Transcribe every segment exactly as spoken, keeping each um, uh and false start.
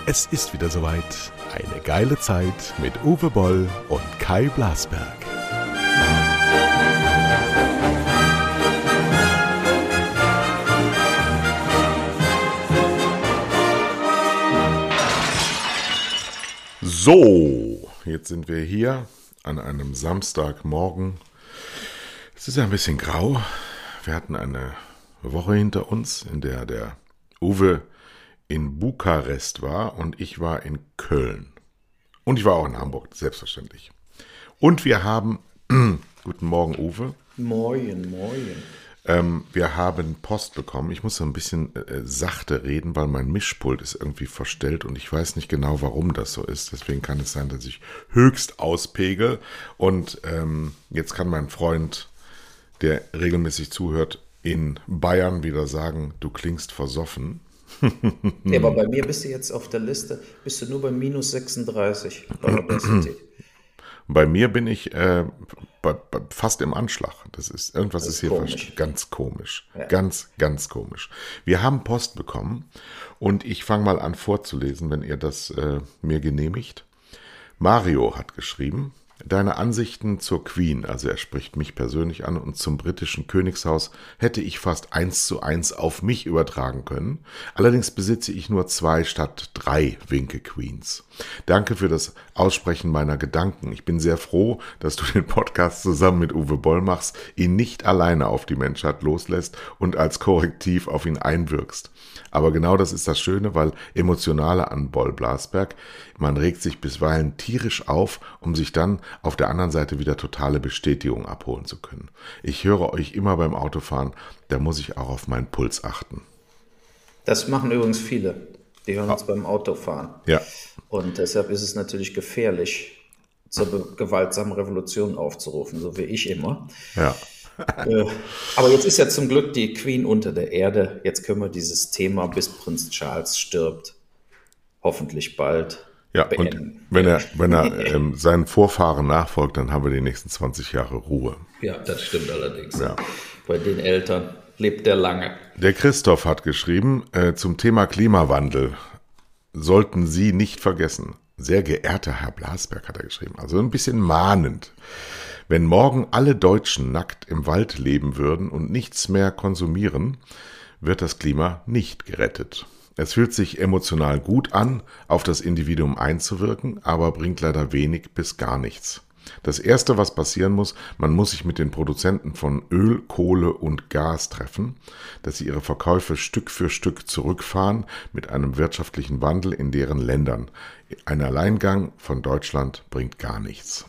Es ist wieder soweit. Eine geile Zeit mit Uwe Boll und Kai Blasberg. So, jetzt sind wir hier an einem Samstagmorgen. Es ist ja ein bisschen grau. Wir hatten eine Woche hinter uns, in der der Uwe in Bukarest war und ich war in Köln. Und ich war auch in Hamburg, selbstverständlich. Und wir haben, guten Morgen Uwe. Moin, moin. Ähm, wir haben Post bekommen. Ich muss so ein bisschen äh, sachte reden, weil mein Mischpult ist irgendwie verstellt und ich weiß nicht genau, warum das so ist. Deswegen kann es sein, dass ich höchst auspegel. Und ähm, jetzt kann mein Freund, der regelmäßig zuhört, in Bayern wieder sagen, du klingst versoffen. Ja, aber bei mir bist du jetzt auf der Liste, bist du nur bei minus sechsunddreißig bei Audacity. Bei mir bin ich äh, bei, bei, fast im Anschlag. Das ist irgendwas Das ist, ist hier komisch. versch- ganz komisch. Ja. Ganz, ganz komisch. Wir haben Post bekommen und ich fange mal an vorzulesen, wenn ihr das äh, mir genehmigt. Mario hat geschrieben: Deine Ansichten zur Queen, also er spricht mich persönlich an, und zum britischen Königshaus hätte ich fast eins zu eins auf mich übertragen können. Allerdings besitze ich nur zwei statt drei Winke Queens. Danke für das Aussprechen meiner Gedanken. Ich bin sehr froh, dass du den Podcast zusammen mit Uwe Boll machst, ihn nicht alleine auf die Menschheit loslässt und als Korrektiv auf ihn einwirkst. Aber genau das ist das Schöne, weil Emotionale an Boll Blasberg, man regt sich bisweilen tierisch auf, um sich dann auf der anderen Seite wieder totale Bestätigung abholen zu können. Ich höre euch immer beim Autofahren, da muss ich auch auf meinen Puls achten. Das machen übrigens viele. Die hören uns beim Autofahren. Ja. Und deshalb ist es natürlich gefährlich, zur be- gewaltsamen Revolution aufzurufen, so wie ich immer. Ja. Äh, aber jetzt ist ja zum Glück die Queen unter der Erde. Jetzt können wir dieses Thema, bis Prinz Charles stirbt, hoffentlich bald Ja, beenden. und wenn er, wenn er ähm, seinen Vorfahren nachfolgt, dann haben wir die nächsten zwanzig Jahre Ruhe. Ja, das stimmt allerdings. Ja. Bei den Eltern lebt er lange. Der Christoph hat geschrieben, äh, zum Thema Klimawandel sollten Sie nicht vergessen. Sehr geehrter Herr Blasberg, hat er geschrieben, also ein bisschen mahnend. Wenn morgen alle Deutschen nackt im Wald leben würden und nichts mehr konsumieren, wird das Klima nicht gerettet. Es fühlt sich emotional gut an, auf das Individuum einzuwirken, aber bringt leider wenig bis gar nichts. Das Erste, was passieren muss, man muss sich mit den Produzenten von Öl, Kohle und Gas treffen, dass sie ihre Verkäufe Stück für Stück zurückfahren mit einem wirtschaftlichen Wandel in deren Ländern. Ein Alleingang von Deutschland bringt gar nichts.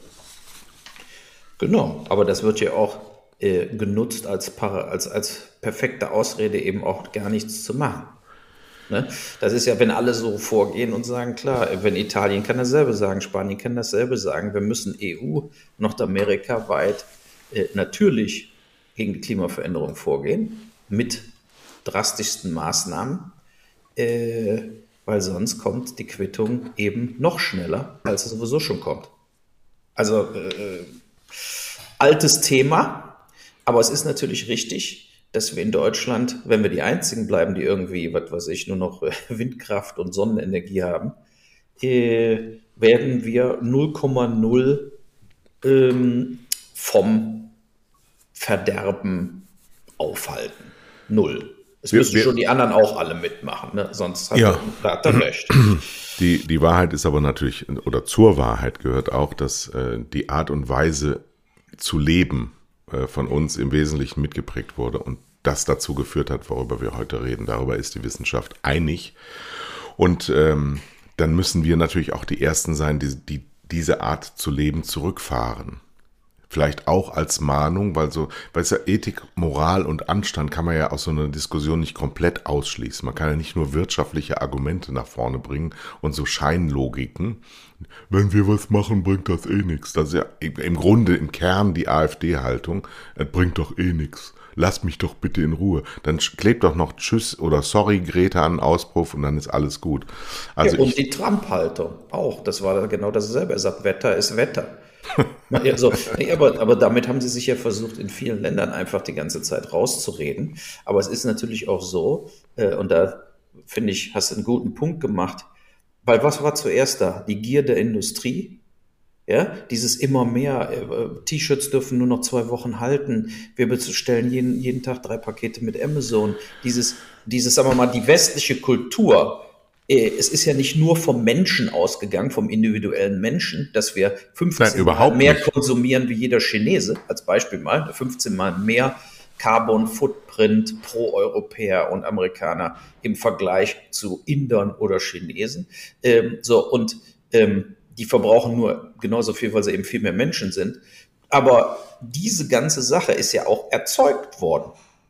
Genau, aber das wird ja auch äh, genutzt als, para, als, als perfekte Ausrede, eben auch gar nichts zu machen. Ne? Das ist ja, wenn alle so vorgehen und sagen, klar, wenn Italien kann dasselbe sagen, Spanien kann dasselbe sagen, wir müssen E U, Nordamerika weit äh, natürlich gegen die Klimaveränderung vorgehen, mit drastischsten Maßnahmen, äh, weil sonst kommt die Quittung eben noch schneller, als es sowieso schon kommt. Also äh, altes Thema, aber es ist natürlich richtig, dass wir in Deutschland, wenn wir die Einzigen bleiben, die irgendwie, was weiß ich, nur noch Windkraft und Sonnenenergie haben, äh, werden wir null Komma null ähm, vom Verderben aufhalten. Null. Es Wir- müssen wir- schon die anderen auch alle mitmachen, ne? Sonst hat, Ja. er, hat er recht. Die, die Wahrheit ist aber natürlich, oder zur Wahrheit gehört auch, dass äh, die Art und Weise zu leben äh, von uns im Wesentlichen mitgeprägt wurde und das dazu geführt hat, worüber wir heute reden. Darüber ist die Wissenschaft einig. Und ähm, dann müssen wir natürlich auch die Ersten sein, die, die diese Art zu leben zurückfahren. Vielleicht auch als Mahnung, weil so, weil es ja Ethik, Moral und Anstand kann man ja aus so einer Diskussion nicht komplett ausschließen. Man kann ja nicht nur wirtschaftliche Argumente nach vorne bringen und so Scheinlogiken. Wenn wir was machen, bringt das eh nichts. Das ist ja im Grunde, im Kern die AfD-Haltung. Es bringt doch eh nichts. Lass mich doch bitte in Ruhe. Dann klebt doch noch Tschüss oder Sorry Greta an den Auspuff und dann ist alles gut. Also Ja, und ich, die Trump-Haltung auch. Das war genau dasselbe. Er sagt, Wetter ist Wetter. Ja, so, nee, aber, aber damit haben sie sich ja versucht, in vielen Ländern einfach die ganze Zeit rauszureden. Aber es ist natürlich auch so, äh, und da finde ich, hast du einen guten Punkt gemacht, Weil was war zuerst da? Die Gier der Industrie? Ja, dieses immer mehr, äh, T-Shirts dürfen nur noch zwei Wochen halten, wir bestellen jeden, jeden Tag drei Pakete mit Amazon. Dieses, dieses, sagen wir mal, die westliche Kultur, äh, es ist ja nicht nur vom Menschen ausgegangen, vom individuellen Menschen, dass wir fünfzehn Mal mehr nicht. konsumieren wie jeder Chinese, als Beispiel mal, fünfzehn Mal mehr Carbon Footprint pro Europäer und Amerikaner im Vergleich zu Indern oder Chinesen. Ähm, so, und ähm, die verbrauchen nur genauso viel, weil sie eben viel mehr Menschen sind. Aber diese ganze Sache ist ja auch erzeugt worden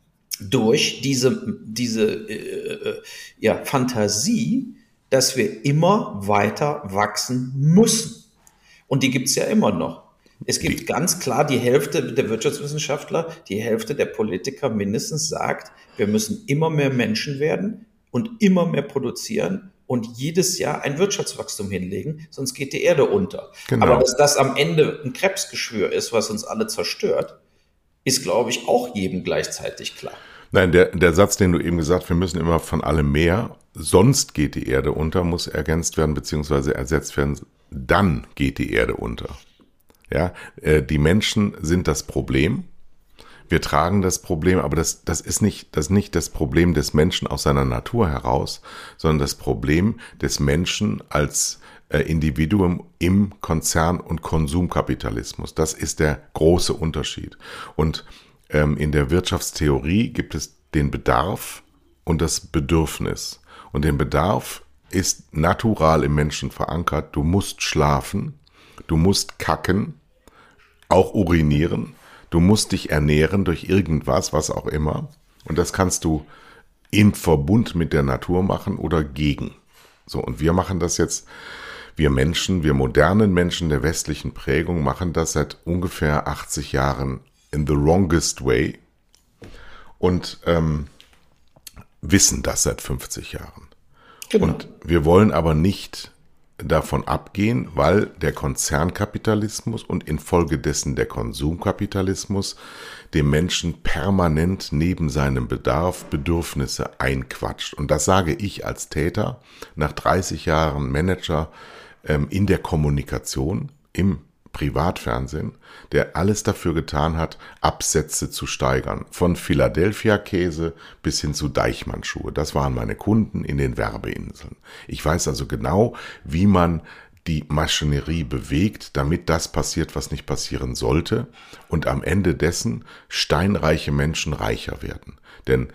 durch diese, diese äh, ja, Fantasie, dass wir immer weiter wachsen müssen. Und die gibt es ja immer noch. Es gibt die. ganz klar die Hälfte der Wirtschaftswissenschaftler, die Hälfte der Politiker mindestens sagt, wir müssen immer mehr Menschen werden und immer mehr produzieren und jedes Jahr ein Wirtschaftswachstum hinlegen, sonst geht die Erde unter. Genau. Aber dass das am Ende ein Krebsgeschwür ist, was uns alle zerstört, ist, glaube ich, auch jedem gleichzeitig klar. Nein, der, der Satz, den du eben gesagt hast, wir müssen immer von allem mehr, sonst geht die Erde unter, muss ergänzt werden bzw. ersetzt werden, dann geht die Erde unter. Ja, äh, die Menschen sind das Problem. Wir tragen das Problem, aber das, das ist nicht, das ist nicht das Problem des Menschen aus seiner Natur heraus, sondern das Problem des Menschen als äh, Individuum im Konzern- und Konsumkapitalismus. Das ist der große Unterschied. Und ähm, in der Wirtschaftstheorie gibt es den Bedarf und das Bedürfnis. Und den Bedarf ist natural im Menschen verankert. Du musst schlafen, du musst kacken, auch urinieren. Du musst dich ernähren durch irgendwas, was auch immer. Und das kannst du im Verbund mit der Natur machen oder gegen. So, und wir machen das jetzt, wir Menschen, wir modernen Menschen der westlichen Prägung machen das seit ungefähr achtzig Jahren in the wrongest way und ähm, wissen das seit fünfzig Jahren. Genau. Und wir wollen aber nicht davon abgehen, weil der Konzernkapitalismus und infolgedessen der Konsumkapitalismus dem Menschen permanent neben seinem Bedarf Bedürfnisse einquatscht. Und das sage ich als Täter nach dreißig Jahren Manager ähm, in der Kommunikation, im Privatfernsehen, der alles dafür getan hat, Absätze zu steigern. Von Philadelphia-Käse bis hin zu Deichmann-Schuhe. Das waren meine Kunden in den Werbeinseln. Ich weiß also genau, wie man die Maschinerie bewegt, damit das passiert, was nicht passieren sollte. Und am Ende dessen steinreiche Menschen reicher werden. Denn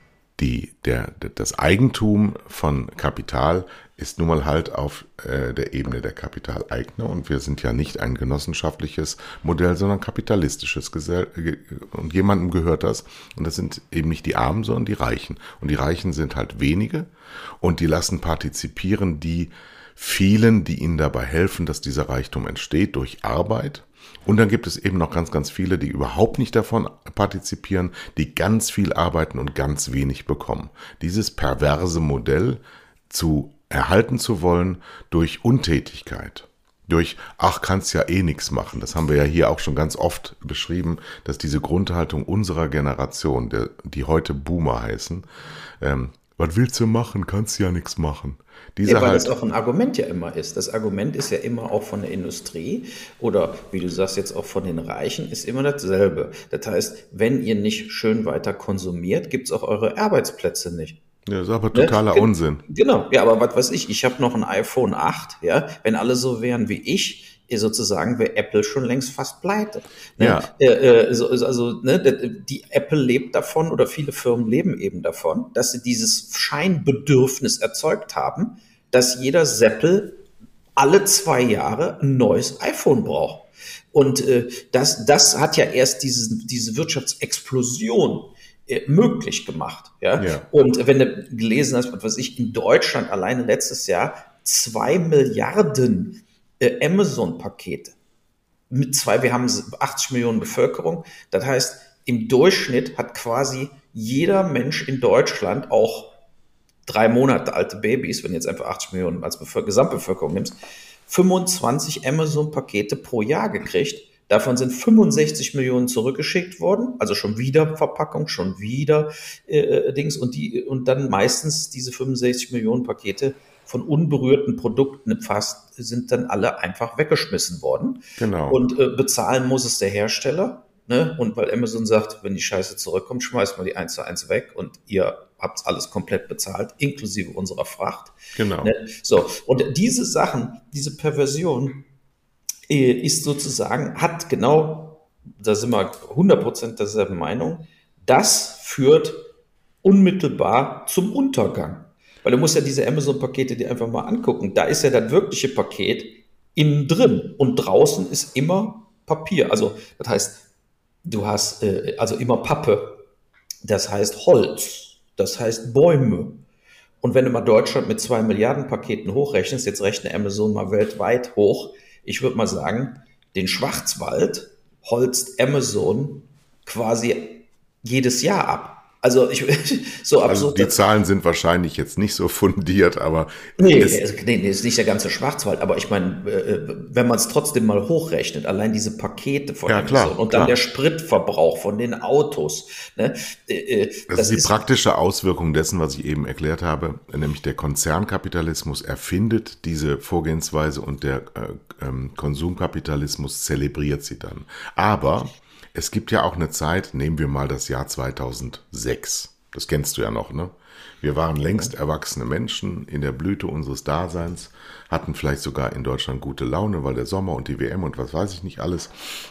die, der, das Eigentum von Kapital ist nun mal halt auf äh, der Ebene der Kapitaleigner und wir sind ja nicht ein genossenschaftliches Modell, sondern kapitalistisches Gesell- und jemandem gehört das und das sind eben nicht die Armen, sondern die Reichen und die Reichen sind halt wenige und die lassen partizipieren die vielen, die ihnen dabei helfen, dass dieser Reichtum entsteht durch Arbeit. Und dann gibt es eben noch ganz, ganz viele, die überhaupt nicht davon partizipieren, die ganz viel arbeiten und ganz wenig bekommen. Dieses perverse Modell zu erhalten zu wollen durch Untätigkeit, durch, ach, kannst ja eh nichts machen. Das haben wir ja hier auch schon ganz oft beschrieben, dass diese Grundhaltung unserer Generation, der, die heute Boomer heißen, ähm, was willst du machen, kannst ja nichts machen. Diese ja, weil halt, das auch ein Argument ja immer ist. Das Argument ist ja immer auch von der Industrie oder wie du sagst jetzt auch von den Reichen, ist immer dasselbe. Das heißt, wenn ihr nicht schön weiter konsumiert, gibt es auch eure Arbeitsplätze nicht. Ja, das ist aber totaler ne? Unsinn. Genau, ja, aber was weiß ich, ich habe noch ein iPhone acht, ja, wenn alle so wären wie ich, sozusagen wäre Apple schon längst fast pleite. Ne? Ja. Äh, äh, so, also ne, die Apple lebt davon oder viele Firmen leben eben davon, dass sie dieses Scheinbedürfnis erzeugt haben, dass jeder Seppel alle zwei Jahre ein neues iPhone braucht. Und äh, das, das hat ja erst dieses, diese Wirtschaftsexplosion äh, möglich gemacht. Ja? Ja. Und wenn du gelesen hast, was weiß ich, in Deutschland alleine letztes Jahr zwei Milliarden Amazon-Pakete mit zwei, wir haben achtzig Millionen Bevölkerung, das heißt, im Durchschnitt hat quasi jeder Mensch in Deutschland, auch drei Monate alte Babys, wenn du jetzt einfach achtzig Millionen als Bevölker- Gesamtbevölkerung nimmst, fünfundzwanzig Amazon-Pakete pro Jahr gekriegt. Davon sind fünfundsechzig Millionen zurückgeschickt worden, also schon wieder Verpackung, schon wieder äh, Dings und die und dann meistens diese fünfundsechzig Millionen Pakete von unberührten Produkten fast, sind dann alle einfach weggeschmissen worden. Genau. Und äh, bezahlen muss es der Hersteller. Ne? Und weil Amazon sagt, wenn die Scheiße zurückkommt, schmeißt man die eins zu eins weg und ihr habt alles komplett bezahlt, inklusive unserer Fracht. Genau. Ne? So, und diese Sachen, diese Perversion äh, ist sozusagen, hat genau, da sind wir hundert Prozent derselben Meinung, das führt unmittelbar zum Untergang. Weil du musst ja diese Amazon-Pakete dir einfach mal angucken. Da ist ja das wirkliche Paket innen drin und draußen ist immer Papier. Also das heißt, du hast äh, also immer Pappe, das heißt Holz, das heißt Bäume. Und wenn du mal Deutschland mit zwei Milliarden Paketen hochrechnest, jetzt rechne Amazon mal weltweit hoch, ich würde mal sagen, den Schwarzwald holzt Amazon quasi jedes Jahr ab. Also ich so absurd. Also die Zahlen sind wahrscheinlich jetzt nicht so fundiert, aber nee, es, nee, nee, ist nicht der ganze Schwarzwald, aber ich meine, wenn man es trotzdem mal hochrechnet, allein diese Pakete von ja, Amazon klar, und klar. dann der Spritverbrauch von den Autos. Ne, das, das ist die ist praktische Auswirkung dessen, was ich eben erklärt habe, nämlich der Konzernkapitalismus erfindet diese Vorgehensweise und der äh, ähm, Konsumkapitalismus zelebriert sie dann. Aber es gibt ja auch eine Zeit, nehmen wir mal das Jahr zweitausendsechs. Das kennst du ja noch, ne? Wir waren längst erwachsene Menschen in der Blüte unseres Daseins, hatten vielleicht sogar in Deutschland gute Laune, weil der Sommer und die W M und was weiß ich nicht alles.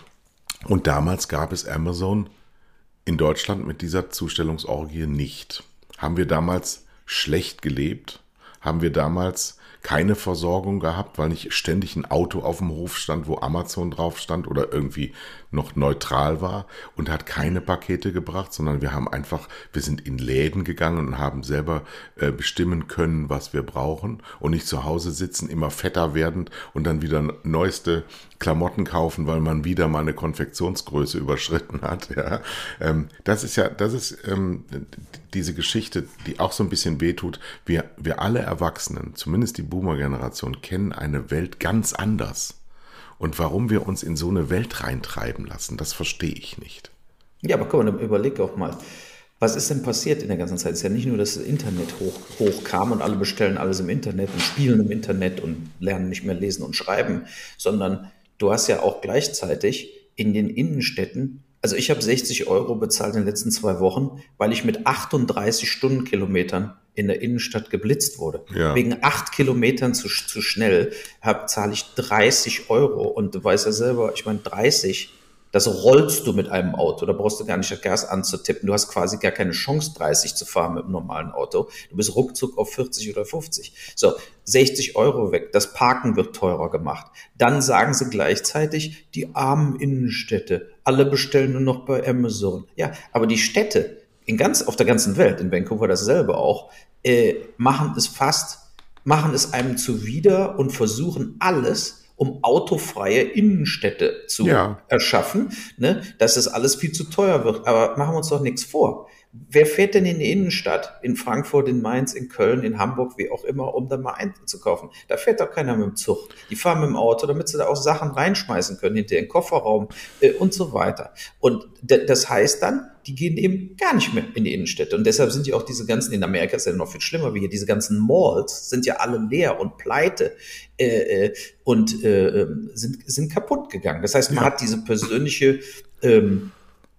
Und damals gab es Amazon in Deutschland mit dieser Zustellungsorgie nicht. Haben wir damals schlecht gelebt? Haben wir damals keine Versorgung gehabt, weil nicht ständig ein Auto auf dem Hof stand, wo Amazon drauf stand oder irgendwie noch neutral war und hat keine Pakete gebracht, sondern wir haben einfach, wir sind in Läden gegangen und haben selber äh, bestimmen können, was wir brauchen und nicht zu Hause sitzen, immer fetter werdend und dann wieder neueste Klamotten kaufen, weil man wieder mal eine Konfektionsgröße überschritten hat. Ja, ähm, das ist ja, das ist ähm, diese Geschichte, die auch so ein bisschen wehtut. Wir, wir alle Erwachsenen, zumindest die Boomer-Generation, kennen eine Welt ganz anders. Und warum wir uns in so eine Welt reintreiben lassen, das verstehe ich nicht. Ja, aber komm, dann überleg auch mal. Was ist denn passiert in der ganzen Zeit? Es ist ja nicht nur, dass das Internet hoch, hochkam und alle bestellen alles im Internet und spielen im Internet und lernen nicht mehr lesen und schreiben, sondern du hast ja auch gleichzeitig in den Innenstädten, also ich habe sechzig Euro bezahlt in den letzten zwei Wochen, weil ich mit achtunddreißig Stundenkilometern in der Innenstadt geblitzt wurde. Ja. Wegen acht Kilometern zu, zu schnell hab, zahle ich dreißig Euro. Und du weißt ja selber, ich meine dreißig, das rollst du mit einem Auto. Da brauchst du gar nicht das Gas anzutippen. Du hast quasi gar keine Chance, dreißig zu fahren mit einem normalen Auto. Du bist ruckzuck auf vierzig oder fünfzig. So, sechzig Euro weg. Das Parken wird teurer gemacht. Dann sagen sie gleichzeitig, die armen Innenstädte, alle bestellen nur noch bei Amazon. Ja, aber die Städte in ganz, auf der ganzen Welt, in Vancouver dasselbe auch, äh, machen es fast, machen es einem zuwider und versuchen alles, um autofreie Innenstädte zu ja. erschaffen, ne, dass das alles viel zu teuer wird. Aber machen wir uns doch nichts vor. Wer fährt denn in die Innenstadt? In Frankfurt, in Mainz, in Köln, in Hamburg, wie auch immer, um da mal einzukaufen? Da fährt doch keiner mit dem Zug. Die fahren mit dem Auto, damit sie da auch Sachen reinschmeißen können, hinter den Kofferraum äh, und so weiter. Und d- das heißt dann, die gehen eben gar nicht mehr in die Innenstädte. Und deshalb sind ja auch diese ganzen, in Amerika ist ja noch viel schlimmer wie hier, diese ganzen Malls sind ja alle leer und pleite äh, und äh, sind, sind kaputt gegangen. Das heißt, man ja. hat diese persönliche ähm,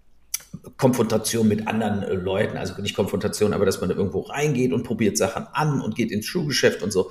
Konfrontation mit anderen äh, Leuten, also nicht Konfrontation, aber dass man da irgendwo reingeht und probiert Sachen an und geht ins Schuhgeschäft und so.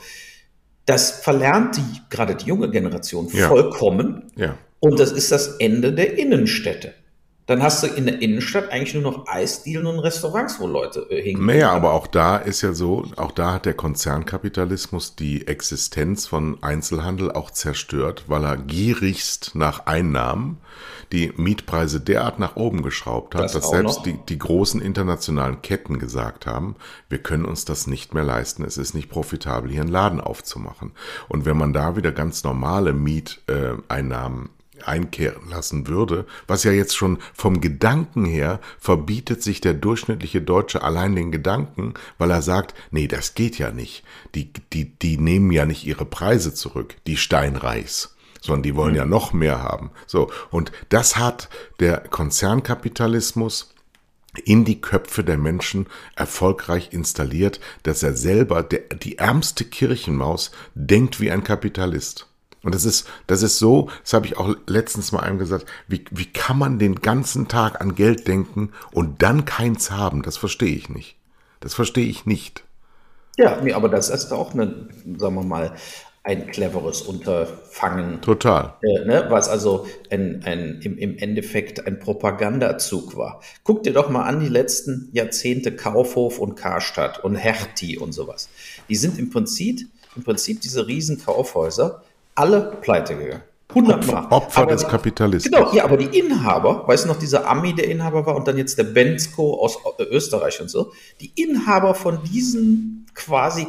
Das verlernt die, gerade die junge Generation ja. vollkommen. Ja. Und das ist das Ende der Innenstädte. Dann hast du in der Innenstadt eigentlich nur noch Eisdielen und Restaurants, wo Leute äh, hingehen. Naja, aber auch da ist ja so, auch da hat der Konzernkapitalismus die Existenz von Einzelhandel auch zerstört, weil er gierigst nach Einnahmen die Mietpreise derart nach oben geschraubt hat, das dass selbst die, die großen internationalen Ketten gesagt haben, wir können uns das nicht mehr leisten, es ist nicht profitabel, hier einen Laden aufzumachen. Und wenn man da wieder ganz normale Mieteinnahmen einkehren lassen würde, was ja jetzt schon vom Gedanken her verbietet sich der durchschnittliche Deutsche allein den Gedanken, weil er sagt, nee, das geht ja nicht. Die, die, die nehmen ja nicht ihre Preise zurück, die Steinreichs, sondern die wollen mhm. ja noch mehr haben. So, und das hat der Konzernkapitalismus in die Köpfe der Menschen erfolgreich installiert, dass er selber, der, die ärmste Kirchenmaus, denkt wie ein Kapitalist. Und das ist, das ist so, das habe ich auch letztens mal einem gesagt, wie, wie kann man den ganzen Tag an Geld denken und dann keins haben? Das verstehe ich nicht. Das verstehe ich nicht. Ja, nee, aber das ist auch eine, sagen wir mal, ein cleveres Unterfangen. Total. Äh, ne, was also ein, ein, im, im Endeffekt ein Propagandazug war. Guck dir doch mal an die letzten Jahrzehnte Kaufhof und Karstadt und Hertie und sowas. Die sind im Prinzip, im Prinzip diese riesen Kaufhäuser alle pleite gegangen. hundertmal. Opfer, Opfer des Kapitalismus. Genau, ja, aber die Inhaber, weißt du noch, dieser Ami, der Inhaber war und dann jetzt der Benzko aus Österreich und so, die Inhaber von diesen quasi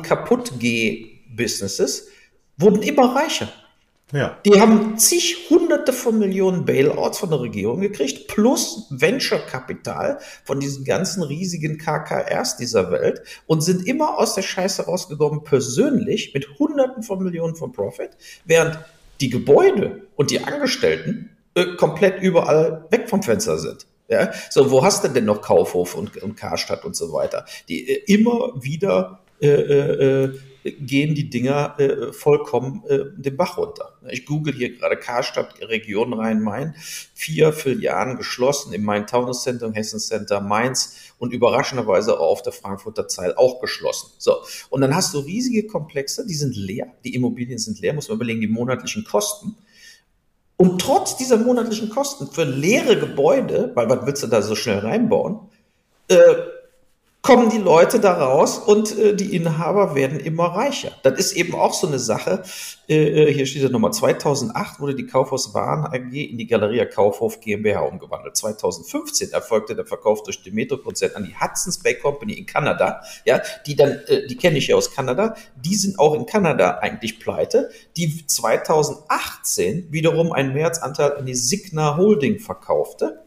Kaputtgeh-Businesses wurden immer reicher. Ja. Die haben zig Hunderte von Millionen Bailouts von der Regierung gekriegt, plus Venture-Kapital von diesen ganzen riesigen K K Rs dieser Welt und sind immer aus der Scheiße rausgekommen, persönlich mit Hunderten von Millionen von Profit, während die Gebäude und die Angestellten äh, komplett überall weg vom Fenster sind. Ja? So, wo hast du denn noch Kaufhof und, und Karstadt und so weiter? Die äh, immer wieder äh, äh, gehen die Dinger äh, vollkommen äh, den Bach runter. Ich google hier gerade Karstadt, Region Rhein-Main, vier Filialen geschlossen im Main-Taunus-Zentrum, Hessen-Center, Mainz und überraschenderweise auch auf der Frankfurter Zeil auch geschlossen. So, und dann hast du riesige Komplexe, die sind leer, die Immobilien sind leer, muss man überlegen, die monatlichen Kosten. Und trotz dieser monatlichen Kosten für leere Gebäude, weil was willst du da so schnell reinbauen, äh, kommen die Leute da raus und äh, die Inhaber werden immer reicher. Das ist eben auch so eine Sache. Äh, hier steht ja nochmal, zweitausendacht wurde die Kaufhaus Waren A G in die Galeria Kaufhof GmbH umgewandelt. zweitausendfünfzehn erfolgte der Verkauf durch den Metro-Konzern an die Hudson's Bay Company in Kanada. Ja, die dann, äh, die kenne ich ja aus Kanada. Die sind auch in Kanada eigentlich pleite. Die zweitausendachtzehn wiederum einen Mehrheitsanteil an die Signa Holding verkaufte.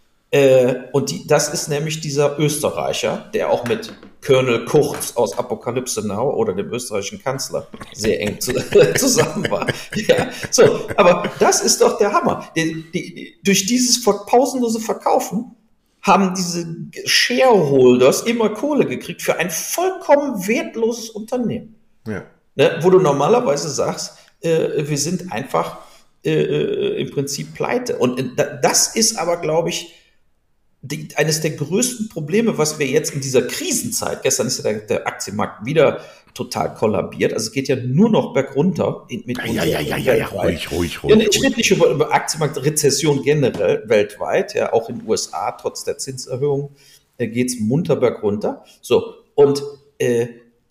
Äh, und die, das ist nämlich dieser Österreicher, der auch mit Colonel Kurz aus Apokalypse Now oder dem österreichischen Kanzler sehr eng zu, zusammen war. Ja, so, aber das ist doch der Hammer. Die, die, die, durch dieses pausenlose Verkaufen haben diese Shareholders immer Kohle gekriegt für ein vollkommen wertloses Unternehmen. Ja. Ne, wo du normalerweise sagst, äh, wir sind einfach äh, im Prinzip pleite. Und äh, das ist aber, glaube ich, Die, eines der größten Probleme, was wir jetzt in dieser Krisenzeit, gestern ist ja der, der Aktienmarkt wieder total kollabiert, also es geht ja nur noch bergunter. Mit ja, ja, ja, ja, ja, ruhig, ruhig, ruhig. Ja, ich rede nicht über, über Aktienmarktrezession generell, weltweit, ja, auch in den U S A, trotz der Zinserhöhung, äh, geht es munter bergunter. So, und äh,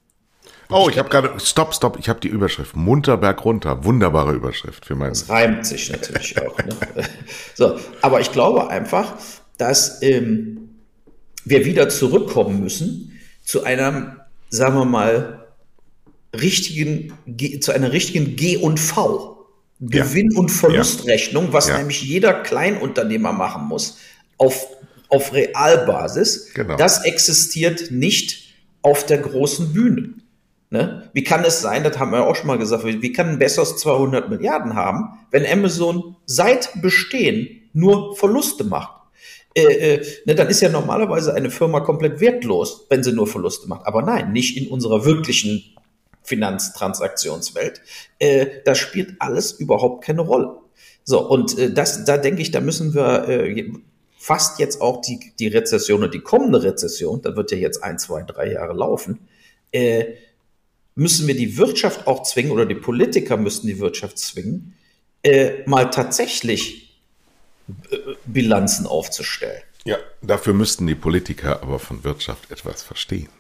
Oh, ich habe gerade, stopp, stopp, ich habe die Überschrift, munter bergunter, wunderbare Überschrift für meinen. Das reimt sich natürlich auch. Ne? So, aber ich glaube einfach, dass ähm, wir wieder zurückkommen müssen zu einer, sagen wir mal, richtigen, zu einer richtigen G und V, Gewinn- ja. und Verlustrechnung, was ja. nämlich jeder Kleinunternehmer machen muss, auf, auf Realbasis. Genau. Das existiert nicht auf der großen Bühne. Ne? Wie kann es sein, das haben wir auch schon mal gesagt, wie kann ein Bezos zweihundert Milliarden haben, wenn Amazon seit Bestehen nur Verluste macht? Äh, äh, ne, dann ist ja normalerweise eine Firma komplett wertlos, wenn sie nur Verluste macht. Aber nein, nicht in unserer wirklichen Finanztransaktionswelt. Äh, das spielt alles überhaupt keine Rolle. So, und äh, das, da denke ich, da müssen wir äh, fast jetzt auch die, die Rezession und die kommende Rezession, da wird ja jetzt ein, zwei, drei Jahre laufen, äh, müssen wir die Wirtschaft auch zwingen, oder die Politiker müssen die Wirtschaft zwingen, äh, mal tatsächlich Bilanzen aufzustellen. Ja, dafür müssten die Politiker aber von Wirtschaft etwas verstehen.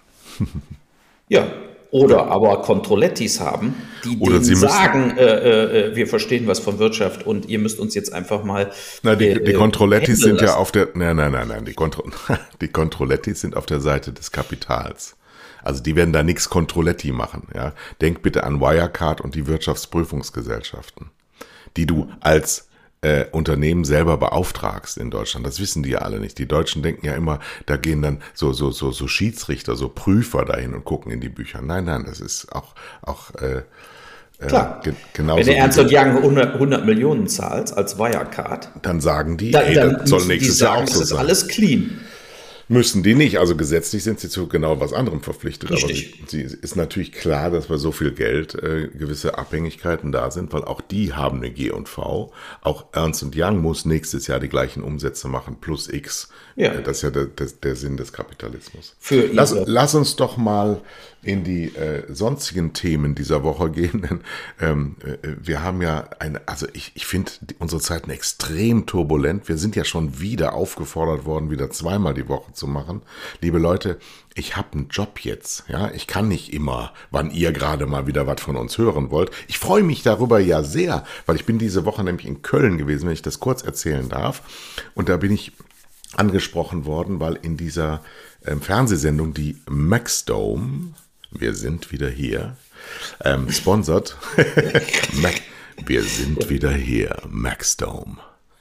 Ja, oder ja. aber Controllettis haben, die oder denen sagen, äh, äh, wir verstehen was von Wirtschaft und ihr müsst uns jetzt einfach mal Na, die, äh, die Controllettis sind ja auf der, nein, nein, nein, nein, die, Kontro, die Controllettis sind auf der Seite des Kapitals. Also die werden da nichts Controlletti machen. Ja? Denk bitte an Wirecard und die Wirtschaftsprüfungsgesellschaften, die du als Äh, Unternehmen selber beauftragst in Deutschland. Das wissen die ja alle nicht. Die Deutschen denken ja immer, da gehen dann so so so so Schiedsrichter, so Prüfer dahin und gucken in die Bücher. Nein, nein, das ist auch auch äh, Klar. Äh, genauso. Wenn der Ernst und Young hundert Millionen zahlt als Wirecard, dann sagen die, dann, ey, dann das soll nächstes die sagen, Jahr auch so das ist sein. Alles clean. Müssen die nicht. Also gesetzlich sind sie zu genau was anderem verpflichtet. Richtig. Aber sie, sie ist natürlich klar, dass bei so viel Geld äh, gewisse Abhängigkeiten da sind, weil auch die haben eine G und V. Auch Ernst und Young muss nächstes Jahr die gleichen Umsätze machen, plus X. Ja. Äh, das ist ja der, der, der Sinn des Kapitalismus. Für lass, ihre- lass uns doch mal in die äh, sonstigen Themen dieser Woche gehen. Denn, ähm, äh, wir haben ja eine, also ich, ich finde unsere Zeiten extrem turbulent. Wir sind ja schon wieder aufgefordert worden, wieder zweimal die Woche zu machen. Liebe Leute, ich habe einen Job jetzt. Ja, ich kann nicht immer, wann ihr gerade mal wieder was von uns hören wollt. Ich freue mich darüber ja sehr, weil ich bin diese Woche nämlich in Köln gewesen, wenn ich das kurz erzählen darf. Und da bin ich angesprochen worden, weil in dieser ähm, Fernsehsendung, die Maxdome, wir sind wieder hier, ähm, sponsert, Mac, wir sind wieder hier, Maxdome.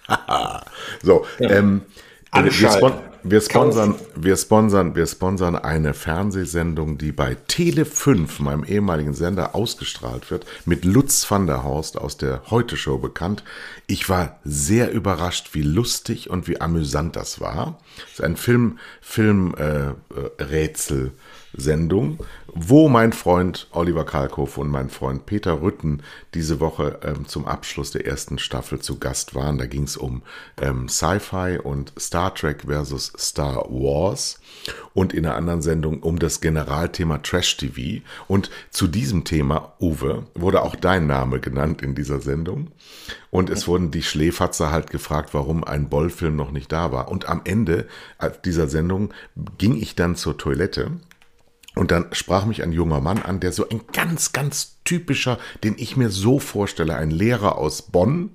so, Ja. ähm, wir, Anschalten. spon wir, sponsern, Kaufen. wir, sponsern, wir sponsern eine Fernsehsendung, die bei Tele fünf, meinem ehemaligen Sender, ausgestrahlt wird, mit Lutz van der Horst aus der Heute-Show bekannt. Ich war sehr überrascht, wie lustig und wie amüsant das war. Es ist ein Film, Film äh, Rätsel. Sendung, wo mein Freund Oliver Kalkofe und mein Freund Peter Rütten diese Woche ähm, zum Abschluss der ersten Staffel zu Gast waren. Da ging es um ähm, Sci-Fi und Star Trek versus Star Wars und in einer anderen Sendung um das Generalthema Trash-T V. Und zu diesem Thema, Uwe, wurde auch dein Name genannt in dieser Sendung. Und es wurden die Schläferzer halt gefragt, warum ein Boll-Film noch nicht da war. Und am Ende dieser Sendung ging ich dann zur Toilette. Und dann sprach mich ein junger Mann an, der so ein ganz, ganz typischer, den ich mir so vorstelle, ein Lehrer aus Bonn,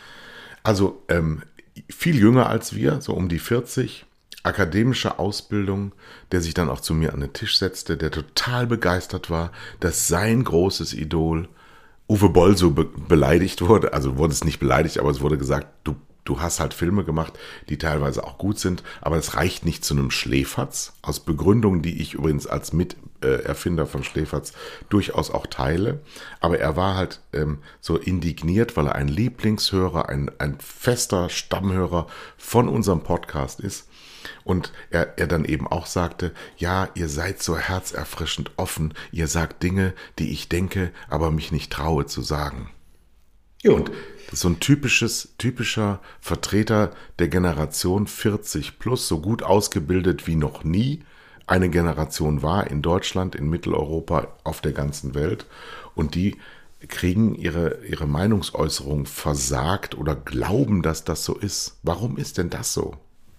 also ähm, viel jünger als wir, so um die vierzig, akademische Ausbildung, der sich dann auch zu mir an den Tisch setzte, der total begeistert war, dass sein großes Idol Uwe Boll so be beleidigt wurde. Also wurde es nicht beleidigt, aber es wurde gesagt, du Du hast halt Filme gemacht, die teilweise auch gut sind, aber das reicht nicht zu einem Schläferz. Aus Begründungen, die ich übrigens als Miterfinder von Schläferz durchaus auch teile. Aber er war halt ähm, so indigniert, weil er ein Lieblingshörer, ein, ein fester Stammhörer von unserem Podcast ist. Und er, er dann eben auch sagte, ja, ihr seid so herzerfrischend offen, ihr sagt Dinge, die ich denke, aber mich nicht traue zu sagen. Jo. Und das ist so ein typisches, typischer Vertreter der Generation vierzig plus, so gut ausgebildet wie noch nie eine Generation war in Deutschland, in Mitteleuropa, auf der ganzen Welt. Und die kriegen ihre, ihre Meinungsäußerung versagt oder glauben, dass das so ist. Warum ist denn das so?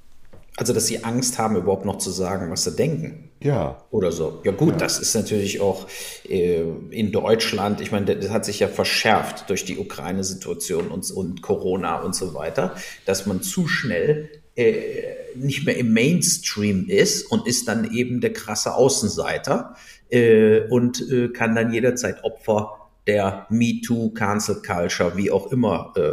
Also, dass sie Angst haben, überhaupt noch zu sagen, was sie denken. Ja. Oder so. Ja gut, Ja. das ist natürlich auch äh, in Deutschland, ich meine, das hat sich ja verschärft durch die Ukraine-Situation und, und Corona und so weiter, dass man zu schnell äh, nicht mehr im Mainstream ist und ist dann eben der krasse Außenseiter äh, und äh, kann dann jederzeit Opfer der MeToo, Cancel Culture, wie auch immer äh,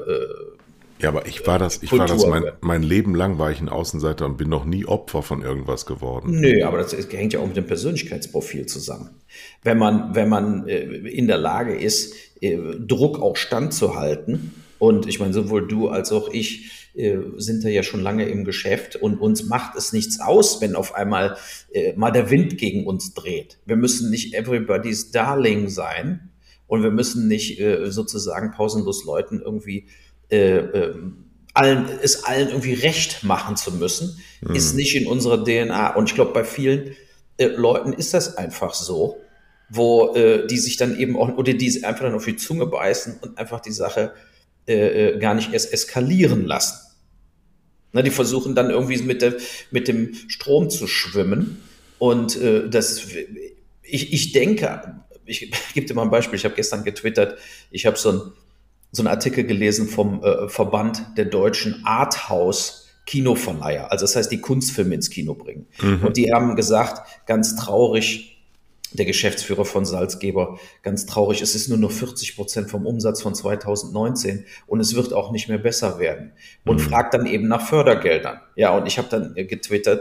Ja, aber ich war das, ich war das Kultur mein, wird. mein Leben lang war ich ein Außenseiter und bin noch nie Opfer von irgendwas geworden. Nö, aber das ist- hängt ja auch mit dem Persönlichkeitsprofil zusammen. Wenn man, wenn man äh, in der Lage ist, äh, Druck auch standzuhalten, und ich meine, sowohl du als auch ich äh, sind da ja schon lange im Geschäft und uns macht es nichts aus, wenn auf einmal äh, mal der Wind gegen uns dreht. Wir müssen nicht everybody's darling sein und wir müssen nicht äh, sozusagen pausenlos Leuten irgendwie äh, ähm, allen, es allen irgendwie recht machen zu müssen, Mhm. ist nicht in unserer D N A. Und ich glaube, bei vielen äh, Leuten ist das einfach so, wo äh, die sich dann eben auch, oder die einfach dann auf die Zunge beißen und einfach die Sache äh, äh, gar nicht erst eskalieren lassen. Na, die versuchen dann irgendwie mit, der, mit dem Strom zu schwimmen. Und äh, das, ich, ich denke, ich gebe dir mal ein Beispiel, ich habe gestern getwittert, ich habe so ein so einen Artikel gelesen vom äh, Verband der deutschen Arthouse-Kinoverleiher, also das heißt, die Kunstfilme ins Kino bringen. Mhm. Und die haben gesagt, ganz traurig, der Geschäftsführer von Salzgeber, ganz traurig, es ist nur noch vierzig Prozent vom Umsatz von zweitausendneunzehn und es wird auch nicht mehr besser werden. Und Mhm. fragt dann eben nach Fördergeldern. Ja, und ich habe dann äh, getwittert,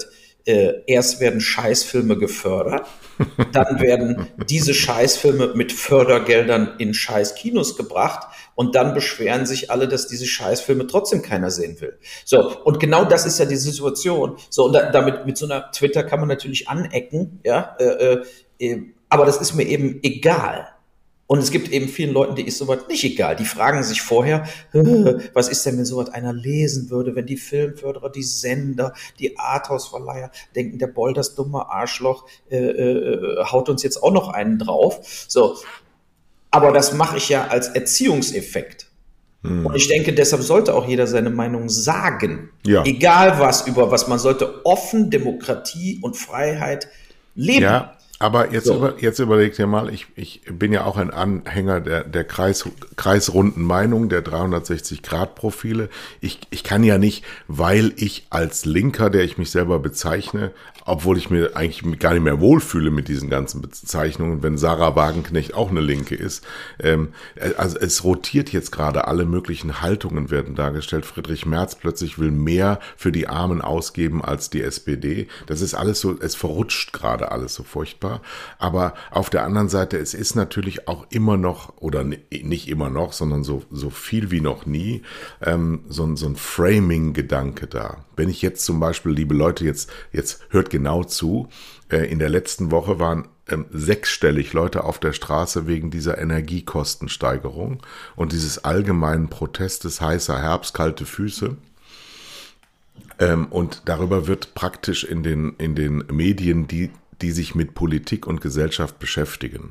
äh, erst werden Scheißfilme gefördert, dann werden diese Scheißfilme mit Fördergeldern in Scheißkinos gebracht und dann beschweren sich alle, dass diese Scheißfilme trotzdem keiner sehen will. So, und genau das ist ja die Situation. So, und da, damit mit so einer Twitter kann man natürlich anecken, ja, äh, äh, aber das ist mir eben egal. Und es gibt eben vielen Leuten, die ist sowas nicht egal. Die fragen sich vorher, was ist denn, wenn sowas einer lesen würde, wenn die Filmförderer, die Sender, die Arthouse-Verleiher denken, der Boll, das dumme Arschloch, äh, äh, haut uns jetzt auch noch einen drauf. So, aber das mache ich ja als Erziehungseffekt. Hm. Und ich denke, deshalb sollte auch jeder seine Meinung sagen. Ja. Egal was, über was. Man sollte offen Demokratie und Freiheit leben. Ja. Aber jetzt, so. über, jetzt überleg dir mal, ich, ich bin ja auch ein Anhänger der, der Kreis, kreisrunden Meinung, der dreihundertsechzig-Grad-Profile. Ich, ich kann ja nicht, weil ich als Linker, der ich mich selber bezeichne, obwohl ich mir eigentlich gar nicht mehr wohlfühle mit diesen ganzen Bezeichnungen, wenn Sarah Wagenknecht auch eine Linke ist. Ähm, also es rotiert jetzt gerade, alle möglichen Haltungen werden dargestellt. Friedrich Merz plötzlich will mehr für die Armen ausgeben als die S P D. Das ist alles so, es verrutscht gerade alles so furchtbar. Aber auf der anderen Seite, es ist natürlich auch immer noch, oder nicht immer noch, sondern so, so viel wie noch nie, ähm, so, so ein Framing-Gedanke da. Wenn ich jetzt zum Beispiel, liebe Leute, jetzt, jetzt hört genau zu, äh, in der letzten Woche waren ähm, sechsstellig Leute auf der Straße wegen dieser Energiekostensteigerung und dieses allgemeinen Protestes, heißer Herbst, kalte Füße. Ähm, und darüber wird praktisch in den, in den Medien, die die sich mit Politik und Gesellschaft beschäftigen,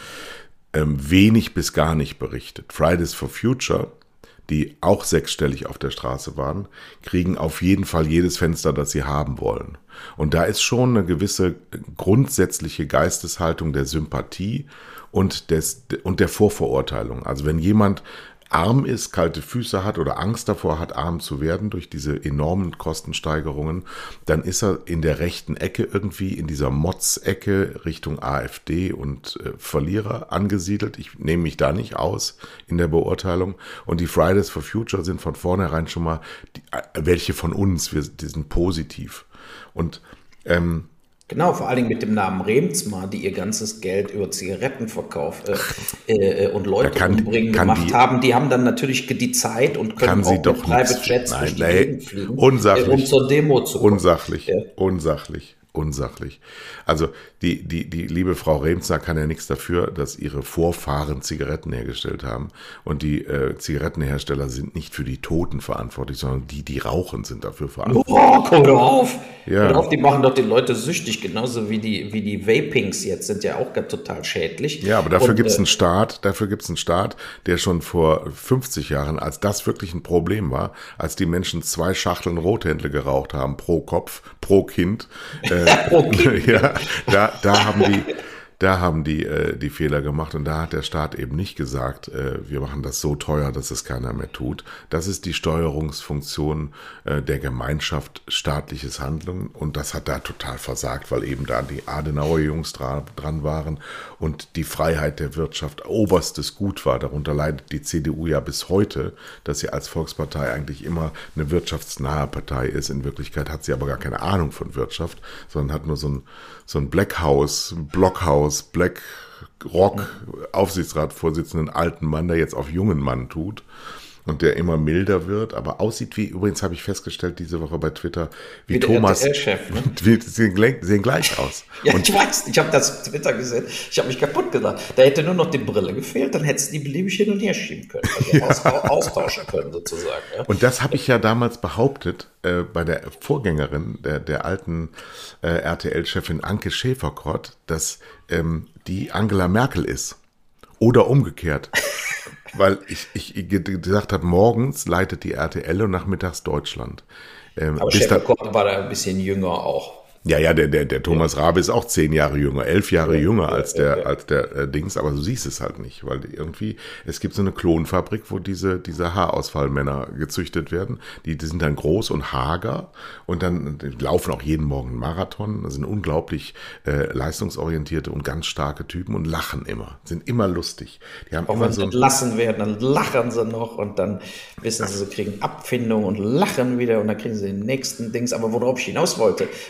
ähm, wenig bis gar nicht berichtet. Fridays for Future, die auch sechsstellig auf der Straße waren, kriegen auf jeden Fall jedes Fenster, das sie haben wollen. Und da ist schon eine gewisse grundsätzliche Geisteshaltung der Sympathie und, des, und der Vorverurteilung. Also wenn jemand arm ist, kalte Füße hat oder Angst davor hat, arm zu werden durch diese enormen Kostensteigerungen, dann ist er in der rechten Ecke irgendwie, in dieser Mods-Ecke Richtung AfD und äh, Verlierer angesiedelt. Ich nehme mich da nicht aus in der Beurteilung. Und die Fridays for Future sind von vornherein schon mal, die, äh, welche von uns, wir die sind positiv. Und ähm, Genau, vor allen Dingen mit dem Namen Remsmar, die ihr ganzes Geld über Zigarettenverkauf äh, äh, und Leute kann, umbringen kann gemacht die, haben. Die haben dann natürlich die Zeit und können auch mit Private Jets durch die Gegend fliegen, unsachlich, um zur Demo zu kommen. Unsachlich, ja. unsachlich. Unsachlich. Also die, die, die liebe Frau Remsmar kann ja nichts dafür, dass ihre Vorfahren Zigaretten hergestellt haben. Und die äh, Zigarettenhersteller sind nicht für die Toten verantwortlich, sondern die, die rauchen, sind dafür verantwortlich. Oh, komm doch auf! Ja. Hör auf, die machen doch die Leute süchtig, genauso wie die, wie die Vapings jetzt sind ja auch total schädlich. Ja, aber dafür gibt es einen Staat, dafür gibt es einen Staat, der schon vor fünfzig Jahren, als das wirklich ein Problem war, als die Menschen zwei Schachteln Rothändle geraucht haben pro Kopf, pro Kind, äh, Okay. Ja, da, da haben die, da haben die äh, die Fehler gemacht und da hat der Staat eben nicht gesagt, äh, wir machen das so teuer, dass es keiner mehr tut. Das ist die Steuerungsfunktion äh, der Gemeinschaft, staatliches Handeln und das hat da total versagt, weil eben da die Adenauer-Jungs dra- dran waren und die Freiheit der Wirtschaft oberstes Gut war. Darunter leidet die C D U ja bis heute, dass sie als Volkspartei eigentlich immer eine wirtschaftsnahe Partei ist. In Wirklichkeit hat sie aber gar keine Ahnung von Wirtschaft, sondern hat nur so ein, so ein Blackhouse, Blockhaus, Black Rock Aufsichtsratsvorsitzenden alten Mann, der jetzt auf jungen Mann tut und der immer milder wird, aber aussieht wie, übrigens habe ich festgestellt diese Woche bei Twitter, wie, wie Thomas, der Chef, ne? Die sehen, sehen gleich aus. Ja, und ich weiß, ich habe das Twitter gesehen, ich habe mich kaputt gedacht. Da hätte nur noch die Brille gefehlt, dann hättest du die beliebig hin und her schieben können, also ja. aus, austauschen können sozusagen. Ja. Und das habe ich ja damals behauptet, äh, bei der Vorgängerin, der, der alten äh, R T L-Chefin Anke Schäferkott, dass ähm, die Angela Merkel ist. Oder umgekehrt. Weil ich, ich gesagt habe, morgens leitet die R T L und nachmittags Deutschland. Ähm, Aber Schäferkott war da ein bisschen jünger auch. Ja, ja, der, der, der Thomas Rabe ist auch zehn Jahre jünger, elf Jahre ja, jünger ja, als der, ja. als der äh, Dings, aber du siehst es halt nicht, weil irgendwie, es gibt so eine Klonfabrik, wo diese, diese Haarausfallmänner gezüchtet werden, die, die sind dann groß und hager und dann die laufen auch jeden Morgen einen Marathon, das sind unglaublich äh, leistungsorientierte und ganz starke Typen und lachen immer, sind immer lustig. Die haben auch immer wenn so sie entlassen werden, dann lachen sie noch und dann wissen sie, sie kriegen Abfindung und lachen wieder und dann kriegen sie den nächsten Dings, aber worauf ich hinaus wollte, was ja. eben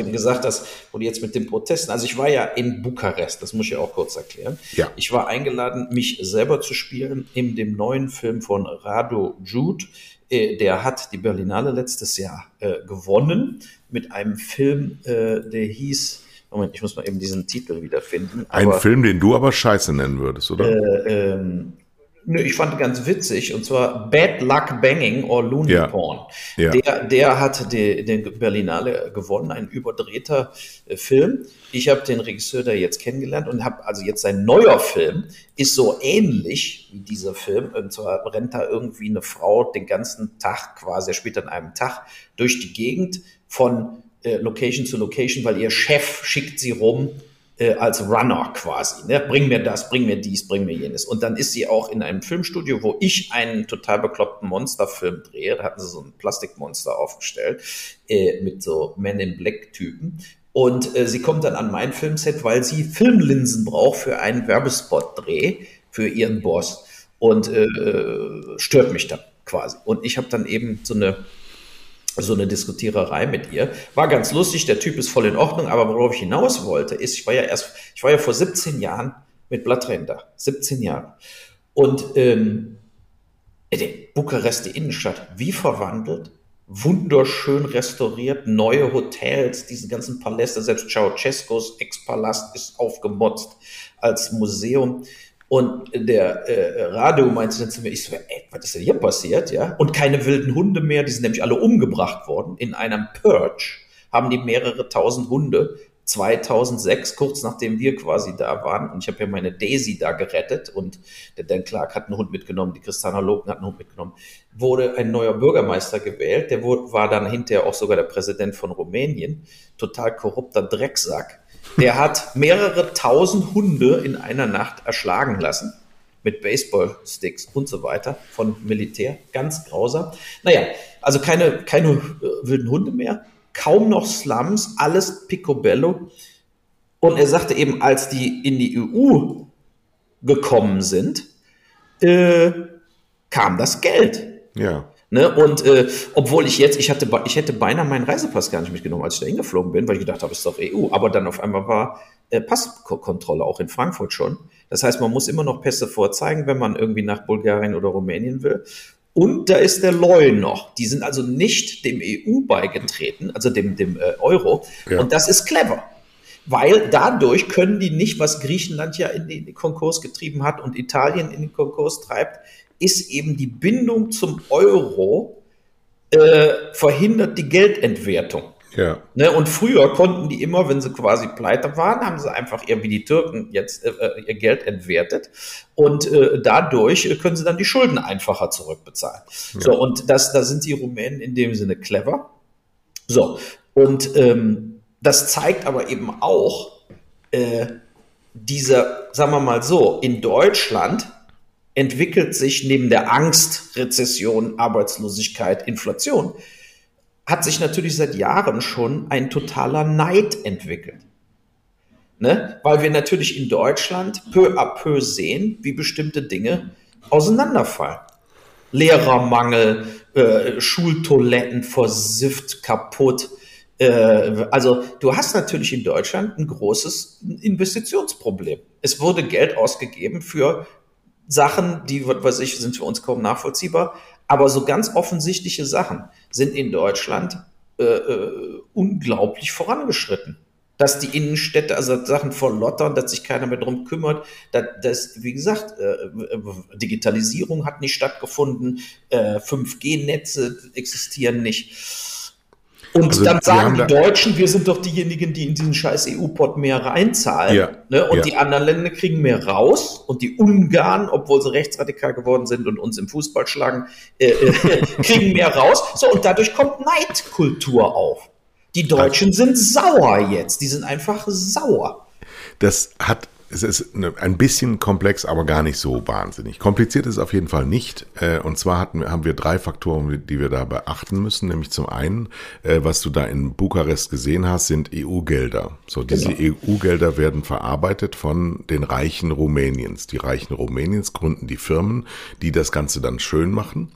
eben gesagt hast, wo du jetzt mit den Protesten, also ich war ja in Bukarest, das muss ich ja auch kurz erklären. Ja. Ich war eingeladen, mich selber zu spielen in dem neuen Film von Radu Jude. Äh, der hat die Berlinale letztes Jahr äh, gewonnen mit einem Film, äh, der hieß, Moment, ich muss mal eben diesen Titel wiederfinden. Ein Film, den du aber Scheiße nennen würdest, oder? Äh, ähm, Nö, ich fand ganz witzig, und zwar Bad Luck Banging or Looney Ja. Porn. Ja. Der, der hat den, den Berlinale gewonnen, ein überdrehter äh, Film. Ich habe den Regisseur da jetzt kennengelernt und habe also jetzt sein neuer Film ist so ähnlich wie dieser Film. Und zwar rennt da irgendwie eine Frau den ganzen Tag quasi, er spielt an einem Tag durch die Gegend von äh, Location zu Location, weil ihr Chef schickt sie rum, Äh, als Runner quasi, ne? Bring mir das, bring mir dies, bring mir jenes. Und dann ist sie auch in einem Filmstudio, wo ich einen total bekloppten Monsterfilm drehe. Da hatten sie so ein Plastikmonster aufgestellt äh, mit so Men-in-Black-Typen. Und äh, sie kommt dann an mein Filmset, weil sie Filmlinsen braucht für einen Werbespot-Dreh für ihren Boss. Und äh, stört mich dann quasi. Und ich habe dann eben so eine so eine Diskutiererei mit ihr. War ganz lustig, der Typ ist voll in Ordnung, aber worauf ich hinaus wollte, ist, ich war ja erst, ich war ja vor siebzehn Jahren mit Blattrennen da. siebzehn Jahre. Und ähm, Bukarest, die Innenstadt, wie verwandelt, wunderschön restauriert, neue Hotels, diese ganzen Paläste, selbst Ceausescus Ex-Palast ist aufgemotzt als Museum. Und der äh, Radu meinte dann zu mir, ich so, ey, was ist denn hier passiert, ja? Und keine wilden Hunde mehr, die sind nämlich alle umgebracht worden. In einem Purge haben die mehrere tausend Hunde, zweitausendsechs, kurz nachdem wir quasi da waren. Und ich habe ja meine Daisy da gerettet und der Dan Clark hat einen Hund mitgenommen, die Christiana Loken hat einen Hund mitgenommen. Wurde ein neuer Bürgermeister gewählt, der wurde, war dann hinterher auch sogar der Präsident von Rumänien, total korrupter Drecksack. Der hat mehrere tausend Hunde in einer Nacht erschlagen lassen mit Baseballsticks und so weiter von Militär. Ganz grausam. Naja, also keine, keine äh, wilden Hunde mehr, kaum noch Slums, alles picobello. Und er sagte eben, als die in die E U gekommen sind, äh, kam das Geld. Ja. Ne? Und äh, obwohl ich jetzt, ich hatte, ich hätte beinahe meinen Reisepass gar nicht mitgenommen, als ich da hingeflogen bin, weil ich gedacht habe, es ist doch E U. Aber dann auf einmal war äh, Passkontrolle auch in Frankfurt schon. Das heißt, man muss immer noch Pässe vorzeigen, wenn man irgendwie nach Bulgarien oder Rumänien will. Und da ist der L O I noch. Die sind also nicht dem E U beigetreten, also dem, dem äh, Euro. Ja. Und das ist clever. Weil dadurch können die nicht, was Griechenland ja in den Konkurs getrieben hat und Italien in den Konkurs treibt, ist eben die Bindung zum Euro äh, verhindert die Geldentwertung. Ja. Ne, und früher konnten die immer, wenn sie quasi pleite waren, haben sie einfach eher wie die Türken jetzt äh, ihr Geld entwertet und äh, dadurch können sie dann die Schulden einfacher zurückbezahlen. Ja. So, und das, da sind die Rumänen in dem Sinne clever. So, und ähm, das zeigt aber eben auch, äh, dieser, sagen wir mal so, in Deutschland entwickelt sich neben der Angst, Rezession, Arbeitslosigkeit, Inflation, hat sich natürlich seit Jahren schon ein totaler Neid entwickelt. Ne? Weil wir natürlich in Deutschland peu à peu sehen, wie bestimmte Dinge auseinanderfallen. Lehrermangel, äh, Schultoiletten versifft, kaputt. Äh, also du hast natürlich in Deutschland ein großes Investitionsproblem. Es wurde Geld ausgegeben für Sachen, die, was weiß ich, sind für uns kaum nachvollziehbar, aber so ganz offensichtliche Sachen sind in Deutschland äh, äh, unglaublich vorangeschritten. Dass die Innenstädte, also Sachen verlottern, dass sich keiner mehr drum kümmert, dass, dass wie gesagt, äh, Digitalisierung hat nicht stattgefunden, äh, fünf G Netze existieren nicht. Und also dann sagen die Deutschen, wir sind doch diejenigen, die in diesen scheiß E U-Pot mehr reinzahlen. Ja, ne? Und ja. die anderen Länder kriegen mehr raus. Und die Ungarn, obwohl sie rechtsradikal geworden sind und uns im Fußball schlagen, äh, äh, kriegen mehr raus. So, und dadurch kommt Neidkultur auf. Die Deutschen also, sind sauer jetzt. Die sind einfach sauer. Das hat... Es ist ein bisschen komplex, aber gar nicht so wahnsinnig. Kompliziert ist es auf jeden Fall nicht. Und zwar hatten, haben wir drei Faktoren, die wir da beachten müssen. Nämlich zum einen, was du da in Bukarest gesehen hast, sind E U-Gelder. So, diese genau. E U-Gelder werden verarbeitet von den Reichen Rumäniens. Die Reichen Rumäniens gründen die Firmen, die das Ganze dann schön machen.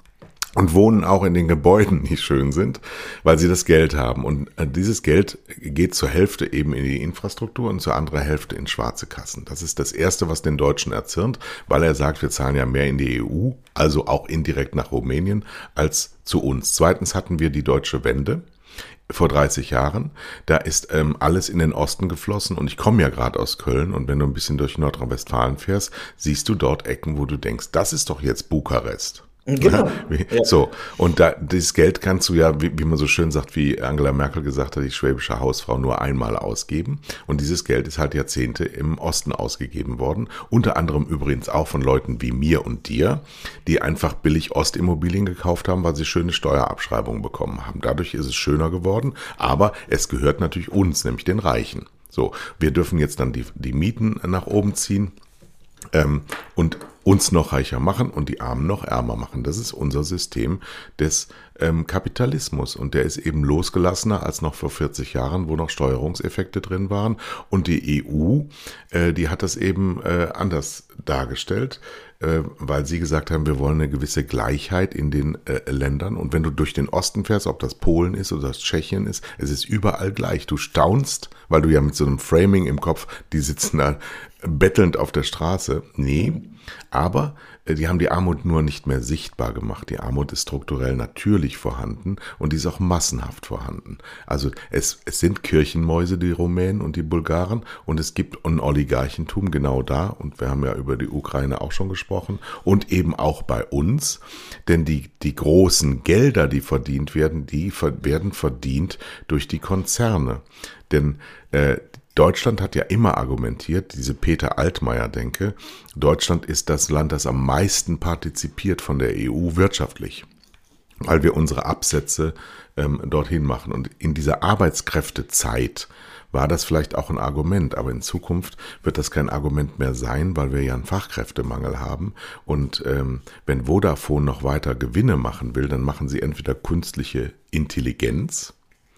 und wohnen auch in den Gebäuden, die schön sind, weil sie das Geld haben. Und dieses Geld geht zur Hälfte eben in die Infrastruktur und zur anderen Hälfte in schwarze Kassen. Das ist das Erste, was den Deutschen erzürnt, weil er sagt, wir zahlen ja mehr in die E U, also auch indirekt nach Rumänien, als zu uns. Zweitens hatten wir die deutsche Wende vor dreißig Jahren. Da ist ähm, alles in den Osten geflossen und ich komme ja gerade aus Köln und wenn du ein bisschen durch Nordrhein-Westfalen fährst, siehst du dort Ecken, wo du denkst, das ist doch jetzt Bukarest. Genau. Ja, so, und da, dieses Geld kannst du ja, wie, wie man so schön sagt, wie Angela Merkel gesagt hat, die schwäbische Hausfrau nur einmal ausgeben. Und dieses Geld ist halt Jahrzehnte im Osten ausgegeben worden. Unter anderem übrigens auch von Leuten wie mir und dir, die einfach billig Ostimmobilien gekauft haben, weil sie schöne Steuerabschreibungen bekommen haben. Dadurch ist es schöner geworden, aber es gehört natürlich uns, nämlich den Reichen. So, wir dürfen jetzt dann die, die Mieten nach oben ziehen. Ähm, und uns noch reicher machen und die Armen noch ärmer machen. Das ist unser System des ähm, Kapitalismus und der ist eben losgelassener als noch vor vierzig Jahren, wo noch Steuerungseffekte drin waren und die E U, äh, die hat das eben äh, anders dargestellt, äh, weil sie gesagt haben, wir wollen eine gewisse Gleichheit in den äh, Ländern und wenn du durch den Osten fährst, ob das Polen ist oder das Tschechien ist, es ist überall gleich. Du staunst, weil du ja mit so einem Framing im Kopf, die sitzen da bettelnd auf der Straße. Nee, aber äh, die haben die Armut nur nicht mehr sichtbar gemacht. Die Armut ist strukturell natürlich vorhanden und die ist auch massenhaft vorhanden. Also es, es sind Kirchenmäuse, die Rumänen und die Bulgaren und es gibt ein Oligarchentum genau da und wir haben ja über die Ukraine auch schon gesprochen und eben auch bei uns, denn die, die großen Gelder, die verdient werden, die ver- werden verdient durch die Konzerne. Denn äh, Deutschland hat ja immer argumentiert, diese Peter Altmaier-Denke, Deutschland ist das Land, das am meisten partizipiert von der E U wirtschaftlich, weil wir unsere Absätze ähm, dorthin machen. Und in dieser Arbeitskräftezeit war das vielleicht auch ein Argument, aber in Zukunft wird das kein Argument mehr sein, weil wir ja einen Fachkräftemangel haben. Und ähm, wenn Vodafone noch weiter Gewinne machen will, dann machen sie entweder künstliche Intelligenz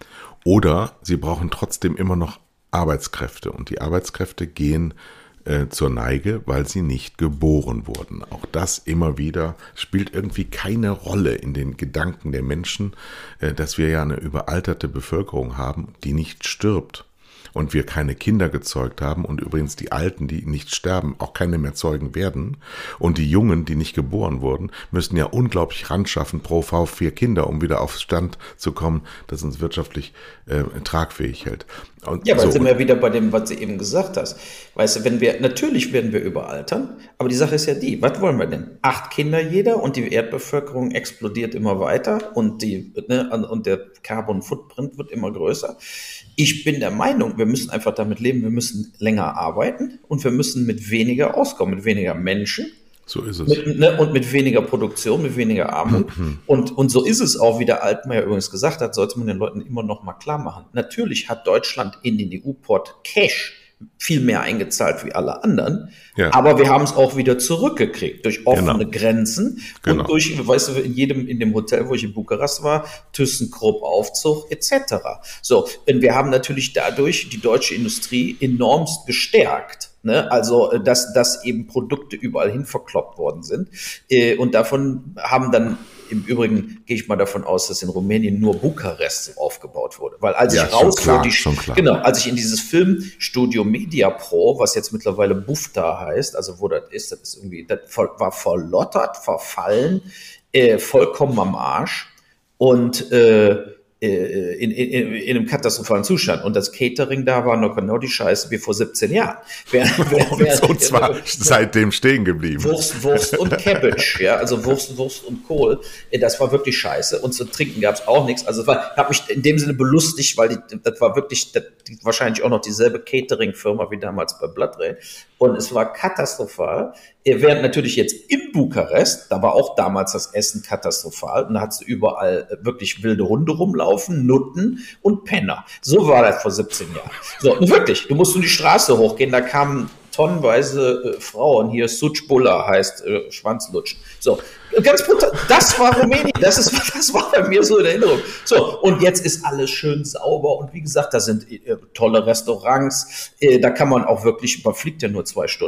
oder sie brauchen trotzdem immer noch Arbeitskräfte und die Arbeitskräfte gehen äh, zur Neige, weil sie nicht geboren wurden. Auch das immer wieder spielt irgendwie keine Rolle in den Gedanken der Menschen, äh, dass wir ja eine überalterte Bevölkerung haben, die nicht stirbt. Und wir keine Kinder gezeugt haben und übrigens die Alten, die nicht sterben, auch keine mehr zeugen werden. Und die Jungen, die nicht geboren wurden, müssen ja unglaublich ran schaffen pro V vier Kinder, um wieder auf Stand zu kommen, das uns wirtschaftlich äh, tragfähig hält. Und ja, aber so. sind wir wieder bei dem, was du eben gesagt hast. Weißt du, wenn wir, natürlich werden wir überaltern, aber die Sache ist ja die, was wollen wir denn? Acht Kinder jeder und die Erdbevölkerung explodiert immer weiter und die, ne, und der Carbon Footprint wird immer größer. Ich bin der Meinung, wir müssen einfach damit leben, wir müssen länger arbeiten und wir müssen mit weniger auskommen, mit weniger Menschen. So ist es. Mit, ne, und mit weniger Produktion, mit weniger Armut. Mhm. Und, und so ist es auch, wie der Altmaier übrigens gesagt hat, sollte man den Leuten immer noch mal klar machen. Natürlich hat Deutschland in den E U-Port Cash viel mehr eingezahlt wie alle anderen, ja. Aber wir haben es auch wieder zurückgekriegt durch offene genau. Grenzen genau. und durch, weißt du, in jedem, in dem Hotel, wo ich in Bukarest war, ThyssenKrupp Aufzug et cetera. So, und wir haben natürlich dadurch die deutsche Industrie enormst gestärkt. Ne? Also, dass, dass eben Produkte überall hin verkloppt worden sind. Und davon haben dann, im Übrigen gehe ich mal davon aus, dass in Rumänien nur Bukarest aufgebaut wurde. Weil als ja, ich rausfuhr, die, genau, als ich in dieses Filmstudio Media Pro, was jetzt mittlerweile Bufta heißt, also wo das ist, das ist irgendwie, das war verlottert, verfallen, äh, vollkommen am Arsch und äh, In, in, in einem katastrophalen Zustand. Und das Catering da war noch genau die Scheiße wie vor siebzehn Jahren. Wer, wer, wer, und zwar wer, seitdem stehen geblieben. Wurst, Wurst und Cabbage, ja, also Wurst, Wurst und Kohl. Das war wirklich scheiße. Und zu trinken gab es auch nichts. Also ich habe mich in dem Sinne belustigt, weil die, das war wirklich das, die, wahrscheinlich auch noch dieselbe Catering-Firma wie damals bei Blattrey. Und es war katastrophal. Während natürlich jetzt in Bukarest, da war auch damals das Essen katastrophal. Und da hattest du überall wirklich wilde Hunde rumlaufen, Nutten und Penner. So war das vor siebzehn Jahren. So, und wirklich, du musst nur die Straße hochgehen, da kamen tonnenweise äh, Frauen, hier Sucbula heißt äh, Schwanzlutschen. So, ganz brutal, das war Rumänien, das ist, das war bei mir so in Erinnerung. So, und jetzt ist alles schön sauber und wie gesagt, da sind äh, tolle Restaurants, äh, da kann man auch wirklich, man fliegt ja nur zwei Stunden,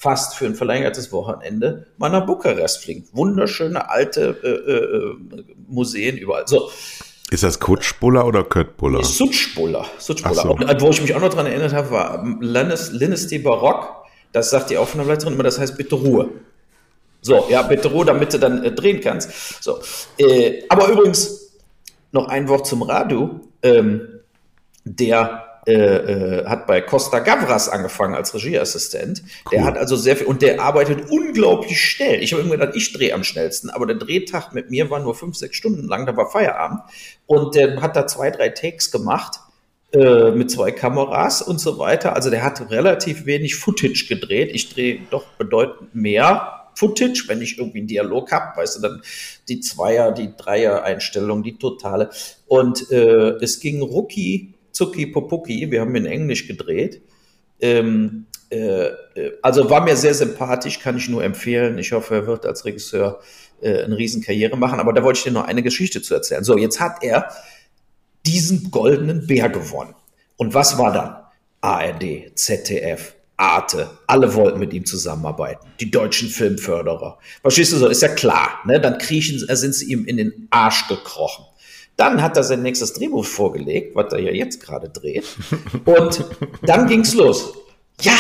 fast für ein verlängertes Wochenende mal nach Bukarest fliegen. Wunderschöne alte äh, äh, Museen überall. So. Ist das Kutschbuller oder Köttbuller? Sutschbuller. Sutschbuller. So. Und wo ich mich auch noch dran erinnert habe, war Linesty Barock. Das sagt die Aufnahmeleiterin immer, das heißt bitte Ruhe. So, ja, bitte Ruhe, damit du dann äh, drehen kannst. So, äh, aber übrigens noch ein Wort zum Radu. Ähm, der äh, äh, hat bei Costa Gavras angefangen als Regieassistent. Cool. Der hat also sehr viel, und der arbeitet unglaublich schnell. Ich habe immer gedacht, ich drehe am schnellsten, aber der Drehtag mit mir war nur fünf, sechs Stunden lang, da war Feierabend. Und der hat da zwei, drei Takes gemacht äh, mit zwei Kameras und so weiter. Also der hat relativ wenig Footage gedreht. Ich drehe doch bedeutend mehr Footage, wenn ich irgendwie einen Dialog habe, weißt du, dann die Zweier-, die Dreier-Einstellung, die totale. Und äh, es ging rucki Zucki Popucki, wir haben in Englisch gedreht. Ähm, äh, also war mir sehr sympathisch, kann ich nur empfehlen. Ich hoffe, er wird als Regisseur äh, eine Riesenkarriere machen. Aber da wollte ich dir noch eine Geschichte zu erzählen. So, jetzt hat er diesen goldenen Bär gewonnen. Und was war dann? A R D, Z D F, Arte, alle wollten mit ihm zusammenarbeiten. Die deutschen Filmförderer. Verstehst du so? Ist ja klar. Ne? Dann kriechen, sind sie ihm in den Arsch gekrochen. Dann hat er sein nächstes Drehbuch vorgelegt, was er ja jetzt gerade dreht. Und dann ging's los. Ja,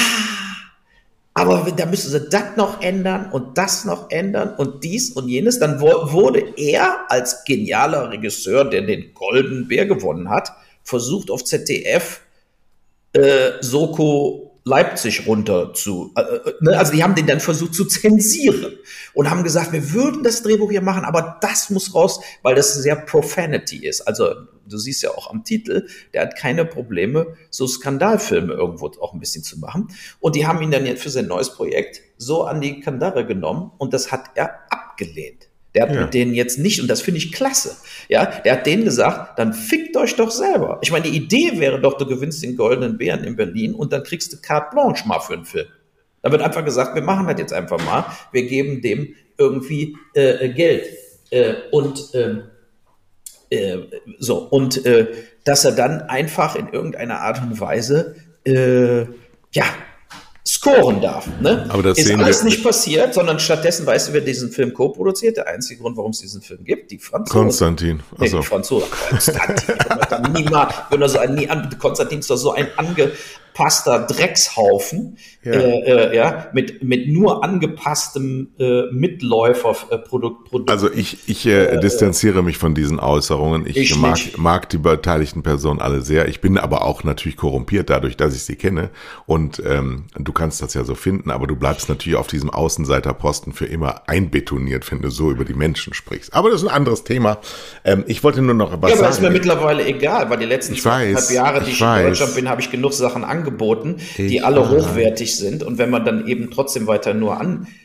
aber da müssen sie das noch ändern und das noch ändern und dies und jenes. Dann wurde er als genialer Regisseur, der den Goldenen Bär gewonnen hat, versucht auf Z D F äh, Soko Leipzig runter zu, äh, ne? Also die haben den dann versucht zu zensieren und haben gesagt, wir würden das Drehbuch hier machen, aber das muss raus, weil das sehr Profanity ist. Also du siehst ja auch am Titel, der hat keine Probleme, so Skandalfilme irgendwo auch ein bisschen zu machen. Und die haben ihn dann für sein neues Projekt so an die Kandare genommen und das hat er abgelehnt. Der hat ja. mit denen jetzt nicht, und das finde ich klasse, ja, der hat denen gesagt, dann fickt euch doch selber. Ich meine, die Idee wäre doch, du gewinnst den Goldenen Bären in Berlin und dann kriegst du carte blanche mal für einen Film. Da wird einfach gesagt, wir machen das jetzt einfach mal, wir geben dem irgendwie äh, Geld. Äh, und ähm, äh, so, und äh, dass er dann einfach in irgendeiner Art und Weise äh, ja, scoren darf. Ne? Aber das ist sehen alles wir nicht passiert, sondern stattdessen, weißt du, wer diesen Film co-produziert? Der einzige Grund, warum es diesen Film gibt, die Franzosen. Konstantin. Nee, die Franzosen. Konstantin. Niemals, wenn er so ein, nie an, Konstantin ist doch so ein angepasster Dreckshaufen, ja, äh, äh, ja mit, mit nur angepasstem äh, Mitläuferprodukt. Produkt, also ich, ich äh, äh, distanziere mich von diesen Äußerungen. Ich, ich mag, mag die beteiligten Personen alle sehr. Ich bin aber auch natürlich korrumpiert dadurch, dass ich sie kenne. Und ähm, du kannst das ja so finden, aber du bleibst natürlich auf diesem Außenseiterposten für immer einbetoniert, wenn du so über die Menschen sprichst. Aber das ist ein anderes Thema. Ähm, ich wollte nur noch was ja, sagen. Ja, aber ist mir mittlerweile egal, weil die letzten zweieinhalb Jahre, die ich, ich in Deutschland bin, habe ich genug Sachen angeboten, ich die alle hochwertig sind. Und wenn man dann eben trotzdem weiter nur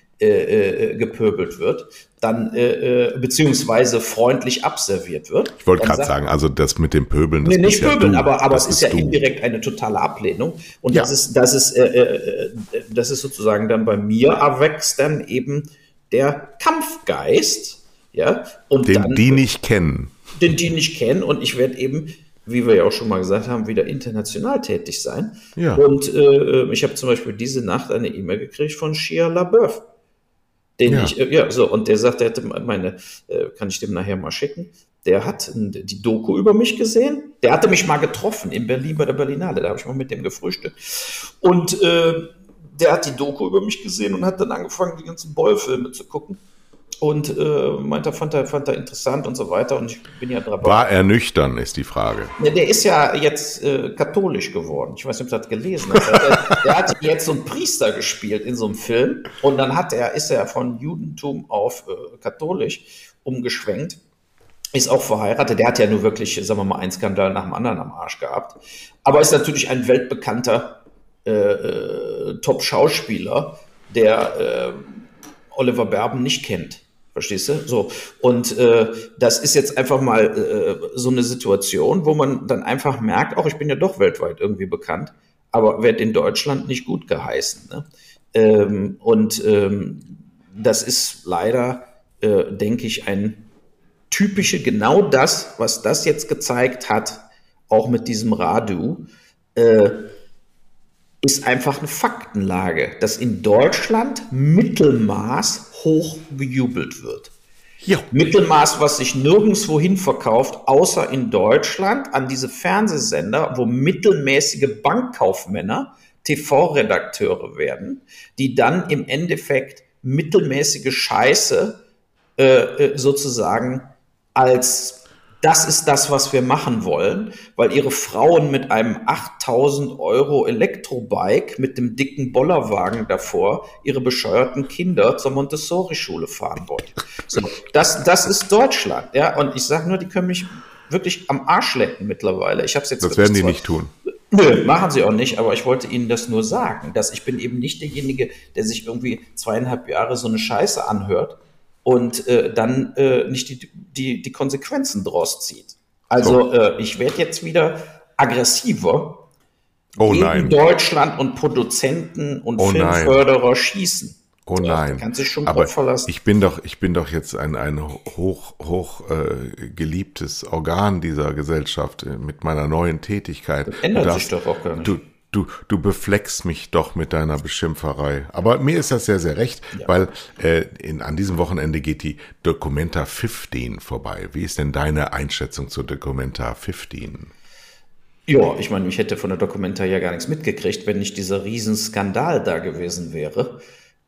angepöbelt äh, wird, dann äh, beziehungsweise freundlich abserviert wird. Ich wollte gerade sagen, also das mit dem Pöbeln, das nee, nicht ist pöbeln, ja du, aber, aber es ist ja du. indirekt eine totale Ablehnung. Und ja. das ist, das ist, äh, äh, das ist sozusagen dann bei mir erwächst dann eben der Kampfgeist, ja, und den dann, die nicht kennen. Den die nicht kennen, und ich werde eben, wie wir ja auch schon mal gesagt haben, wieder international tätig sein. Ja. Und äh, ich habe zum Beispiel diese Nacht eine E-Mail gekriegt von Shia LaBeouf. Den ja. ich, äh, ja, so, und der sagt, der hätte meine, äh, kann ich dem nachher mal schicken, der hat die Doku über mich gesehen, der hatte mich mal getroffen in Berlin bei der Berlinale, da habe ich mal mit dem gefrühstückt. Und äh, der hat die Doku über mich gesehen und hat dann angefangen, die ganzen Boll-Filme zu gucken. Und äh, meinte, fand er, fand er interessant und so weiter. Und ich bin ja dabei. War er nüchtern, ist die Frage. Ja, der ist ja jetzt äh, katholisch geworden. Ich weiß nicht, ob du das gelesen hast. der, der hat jetzt so einen Priester gespielt in so einem Film. Und dann hat er, ist er von Judentum auf äh, katholisch umgeschwenkt. Ist auch verheiratet. Der hat ja nur wirklich, sagen wir mal, einen Skandal nach dem anderen am Arsch gehabt. Aber ist natürlich ein weltbekannter äh, äh, Top-Schauspieler, der äh, Oliver Berben nicht kennt. Verstehst du? So. Und äh, das ist jetzt einfach mal äh, so eine Situation, wo man dann einfach merkt, auch ich bin ja doch weltweit irgendwie bekannt, aber werde in Deutschland nicht gut geheißen. Ne? Ähm, und ähm, das ist leider, äh, denke ich, ein typische, genau das, was das jetzt gezeigt hat, auch mit diesem Radu. Äh, ist einfach eine Faktenlage, dass in Deutschland Mittelmaß hoch bejubelt wird. Jo. Mittelmaß, was sich nirgendwohin verkauft, außer in Deutschland, an diese Fernsehsender, wo mittelmäßige Bankkaufmänner T V-Redakteure werden, die dann im Endeffekt mittelmäßige Scheiße äh, sozusagen als das ist das, was wir machen wollen, weil ihre Frauen mit einem achttausend Euro Elektrobike mit dem dicken Bollerwagen davor ihre bescheuerten Kinder zur Montessori-Schule fahren wollen. So, das, das ist Deutschland, ja. Und ich sage nur, die können mich wirklich am Arsch lecken mittlerweile. Ich hab's jetzt das werden die nicht tun. Nö, machen sie auch nicht, aber ich wollte Ihnen das nur sagen, dass ich bin eben nicht derjenige, der sich irgendwie zweieinhalb Jahre so eine Scheiße anhört und äh, dann äh, nicht die, die, die Konsequenzen draus zieht. Also äh, ich werde jetzt wieder aggressiver oh, gegen nein. Deutschland und Produzenten und oh, Filmförderer schießen. Oh nein, da kannst du schon aber drauf verlassen. ich bin doch, ich bin doch jetzt ein, ein hoch, hoch äh, geliebtes Organ dieser Gesellschaft äh, mit meiner neuen Tätigkeit. Das ändert das, sich doch auch gar nicht. Du, du, du befleckst mich doch mit deiner Beschimpferei. Aber mir ist das sehr, sehr recht, ja. weil äh, in, an diesem Wochenende geht die Documenta fünfzehn vorbei. Wie ist denn deine Einschätzung zur Documenta fünfzehn? Ja, ich meine, ich hätte von der Documenta ja gar nichts mitgekriegt, wenn nicht dieser Riesenskandal da gewesen wäre.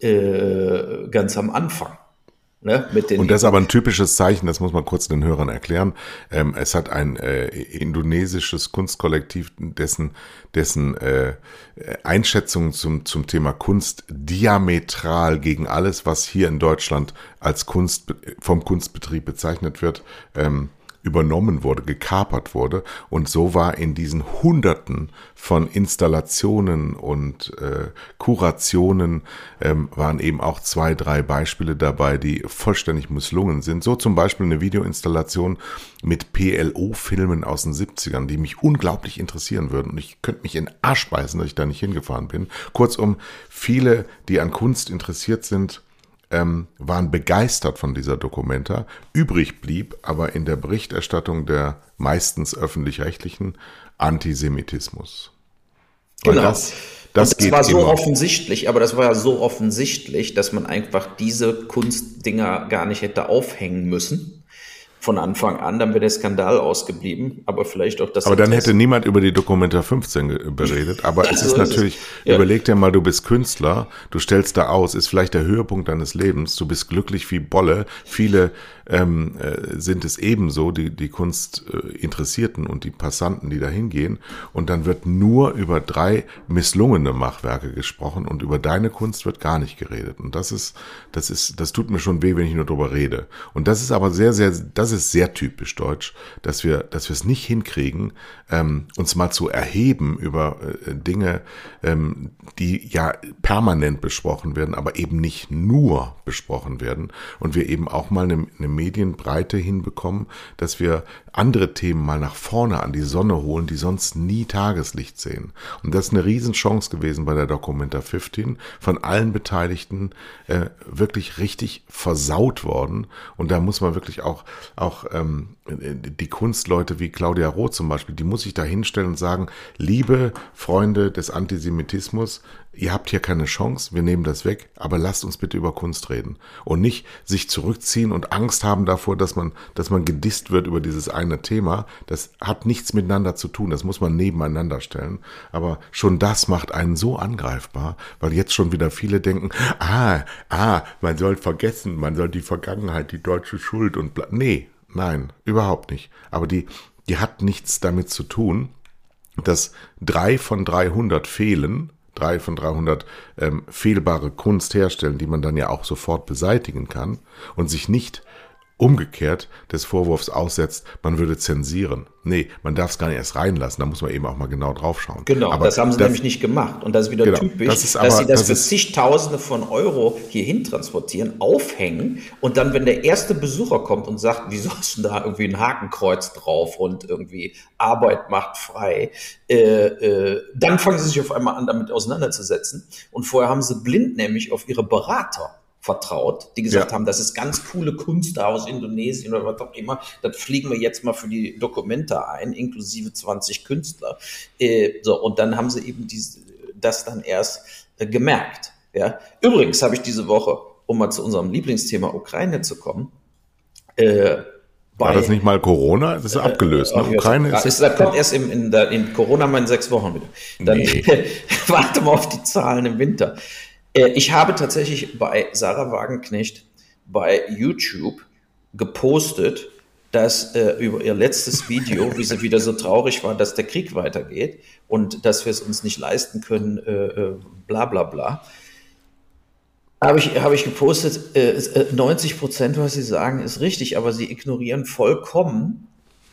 Äh, ganz am Anfang. Ne, mit den und das ist aber ein typisches Zeichen, das muss man kurz den Hörern erklären. Ähm, es hat ein äh, indonesisches Kunstkollektiv, dessen, dessen äh, Einschätzung zum, zum Thema Kunst diametral gegen alles, was hier in Deutschland als Kunst vom Kunstbetrieb bezeichnet wird, ähm, übernommen wurde, gekapert wurde. Und so war in diesen Hunderten von Installationen und äh, Kurationen ähm, waren eben auch zwei, drei Beispiele dabei, die vollständig misslungen sind. So zum Beispiel eine Videoinstallation mit P L O-Filmen aus den siebzigern, die mich unglaublich interessieren würden. Und ich könnte mich in den Arsch beißen, dass ich da nicht hingefahren bin. Kurzum, viele, die an Kunst interessiert sind, Ähm, waren begeistert von dieser Documenta. Übrig blieb aber in der Berichterstattung der meistens öffentlich-rechtlichen Antisemitismus. Genau. Und das, das, Und das geht war so immer. offensichtlich, aber das war ja so offensichtlich, dass man einfach diese Kunstdinger gar nicht hätte aufhängen müssen. Von Anfang an, dann wäre der Skandal ausgeblieben, aber vielleicht auch das. Aber dann hätte niemand über die Documenta fünfzehn beredet. Aber es ist natürlich, ja. Überleg dir mal, du bist Künstler, du stellst da aus, ist vielleicht der Höhepunkt deines Lebens, du bist glücklich wie Bolle. Viele ähm, äh, sind es ebenso, die, die Kunstinteressierten äh, und die Passanten, die da hingehen. Und dann wird nur über drei misslungene Machwerke gesprochen und über deine Kunst wird gar nicht geredet. Und das ist, das ist, das tut mir schon weh, wenn ich nur drüber rede. Und das ist aber sehr, sehr, das ist sehr typisch deutsch, dass wir, dass wir es nicht hinkriegen, ähm, uns mal zu erheben über äh, Dinge, ähm, die ja permanent besprochen werden, aber eben nicht nur besprochen werden und wir eben auch mal eine, eine Medienbreite hinbekommen, dass wir andere Themen mal nach vorne an die Sonne holen, die sonst nie Tageslicht sehen. Und das ist eine Riesenchance gewesen bei der Documenta fünfzehn, von allen Beteiligten äh, wirklich richtig versaut worden. Und da muss man wirklich auch auch ähm, die Kunstleute wie Claudia Roth zum Beispiel, die muss sich da hinstellen und sagen, liebe Freunde des Antisemitismus, ihr habt hier keine Chance, wir nehmen das weg, aber lasst uns bitte über Kunst reden. Und nicht sich zurückziehen und Angst haben davor, dass man, dass man gedisst wird über dieses eine Thema. Das hat nichts miteinander zu tun, das muss man nebeneinander stellen. Aber schon das macht einen so angreifbar, weil jetzt schon wieder viele denken, ah, ah, man soll vergessen, man soll die Vergangenheit, die deutsche Schuld und bla. Nee, nein, überhaupt nicht. Aber die, die hat nichts damit zu tun, dass drei von dreihundert fehlen, drei von dreihundert ähm, fehlbare Kunst herstellen, die man dann ja auch sofort beseitigen kann und sich nicht umgekehrt des Vorwurfs aussetzt, man würde zensieren. Nee, man darf es gar nicht erst reinlassen, da muss man eben auch mal genau drauf schauen. Genau, aber das haben sie das, nämlich nicht gemacht. Und das ist wieder genau, typisch, das ist aber, dass sie das, das für zigtausende von Euro hierhin transportieren, aufhängen und dann, wenn der erste Besucher kommt und sagt, wieso hast du da irgendwie ein Hakenkreuz drauf und irgendwie Arbeit macht frei, äh, äh, dann fangen sie sich auf einmal an, damit auseinanderzusetzen. Und vorher haben sie blind nämlich auf ihre Berater vertraut, die gesagt ja. haben, das ist ganz coole Kunst da aus Indonesien oder was auch immer, das fliegen wir jetzt mal für die Documenta ein, inklusive zwanzig Künstler. Äh, so, und dann haben sie eben diese, das dann erst äh, gemerkt. Ja? Übrigens habe ich diese Woche, um mal zu unserem Lieblingsthema Ukraine zu kommen, äh, War das nicht mal Corona? Das ist äh, abgelöst. Ne? Ukraine ist, ist, das kommt erst in, in, in Corona mal in sechs Wochen wieder. Dann nee. Warte mal auf die Zahlen im Winter. Äh, ich habe tatsächlich bei Sarah Wagenknecht bei YouTube gepostet, dass äh, über ihr letztes Video, wie sie wieder so traurig war, dass der Krieg weitergeht und dass wir es uns nicht leisten können, äh, äh, bla bla bla. Habe ich, habe ich gepostet, äh, neunzig Prozent, was sie sagen, ist richtig, aber sie ignorieren vollkommen,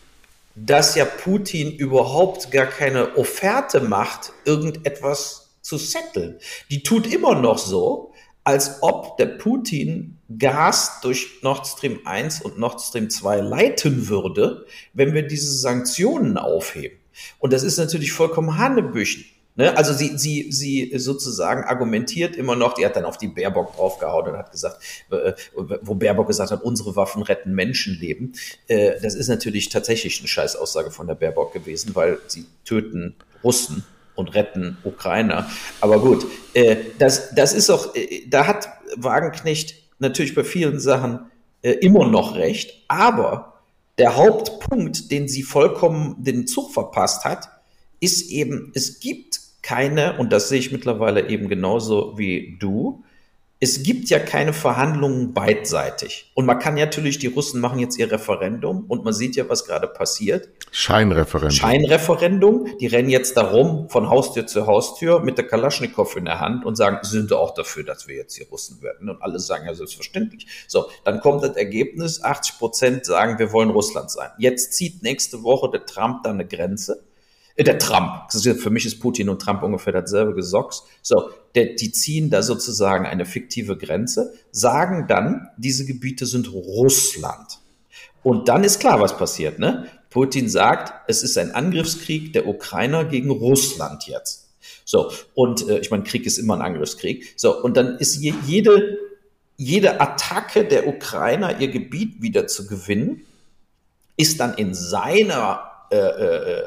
dass ja Putin überhaupt gar keine Offerte macht, irgendetwas zu setteln. Die tut immer noch so, als ob der Putin Gas durch Nord Stream eins und Nord Stream zwei leiten würde, wenn wir diese Sanktionen aufheben. Und das ist natürlich vollkommen Hanebüchen. Ne, also sie, sie, sie sozusagen argumentiert immer noch, die hat dann auf die Baerbock draufgehauen und hat gesagt, äh, wo Baerbock gesagt hat, unsere Waffen retten Menschenleben. Äh, das ist natürlich tatsächlich eine Scheißaussage von der Baerbock gewesen, weil sie töten Russen und retten Ukrainer. Aber gut, äh, das, das ist auch, äh, da hat Wagenknecht natürlich bei vielen Sachen äh, immer noch recht, aber der Hauptpunkt, den sie vollkommen den Zug verpasst hat, ist eben, es gibt keine, und das sehe ich mittlerweile eben genauso wie du, es gibt ja keine Verhandlungen beidseitig. Und man kann ja natürlich, die Russen machen jetzt ihr Referendum und man sieht ja, was gerade passiert. Scheinreferendum. Scheinreferendum. Die rennen jetzt darum, von Haustür zu Haustür mit der Kalaschnikow in der Hand und sagen, sind auch dafür, dass wir jetzt hier Russen werden. Und alle sagen ja selbstverständlich. So, dann kommt das Ergebnis, achtzig Prozent sagen, wir wollen Russland sein. Jetzt zieht nächste Woche der Trump da eine Grenze. Der Trump, das ist, für mich ist Putin und Trump ungefähr dasselbe Gesocks. So, der, die ziehen da sozusagen eine fiktive Grenze, sagen dann, diese Gebiete sind Russland. Und dann ist klar, was passiert, ne? Putin sagt, es ist ein Angriffskrieg der Ukrainer gegen Russland jetzt. So, und äh, ich meine, Krieg ist immer ein Angriffskrieg. So, und dann ist je, jede, jede Attacke der Ukrainer, ihr Gebiet wieder zu gewinnen, ist dann in seiner äh, äh,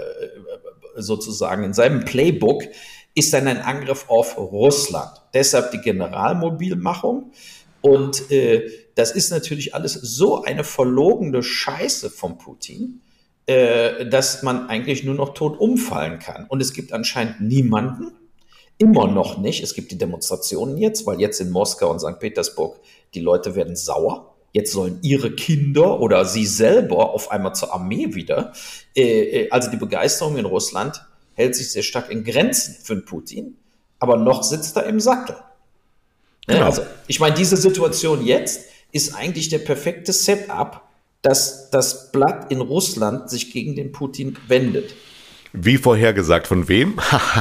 sozusagen in seinem Playbook ist dann ein Angriff auf Russland. Deshalb die Generalmobilmachung. Und äh, das ist natürlich alles so eine verlogene Scheiße von Putin, äh, dass man eigentlich nur noch tot umfallen kann. Und es gibt anscheinend niemanden, immer noch nicht, es gibt die Demonstrationen jetzt, weil jetzt in Moskau und Sankt Petersburg die Leute werden sauer. Jetzt sollen ihre Kinder oder sie selber auf einmal zur Armee wieder. Äh, also die Begeisterung in Russland hält sich sehr stark in Grenzen für den Putin, aber noch sitzt er im Sattel. Genau. Also ich meine, diese Situation jetzt ist eigentlich der perfekte Setup, dass das Blatt in Russland sich gegen den Putin wendet. Wie vorhergesagt, von wem?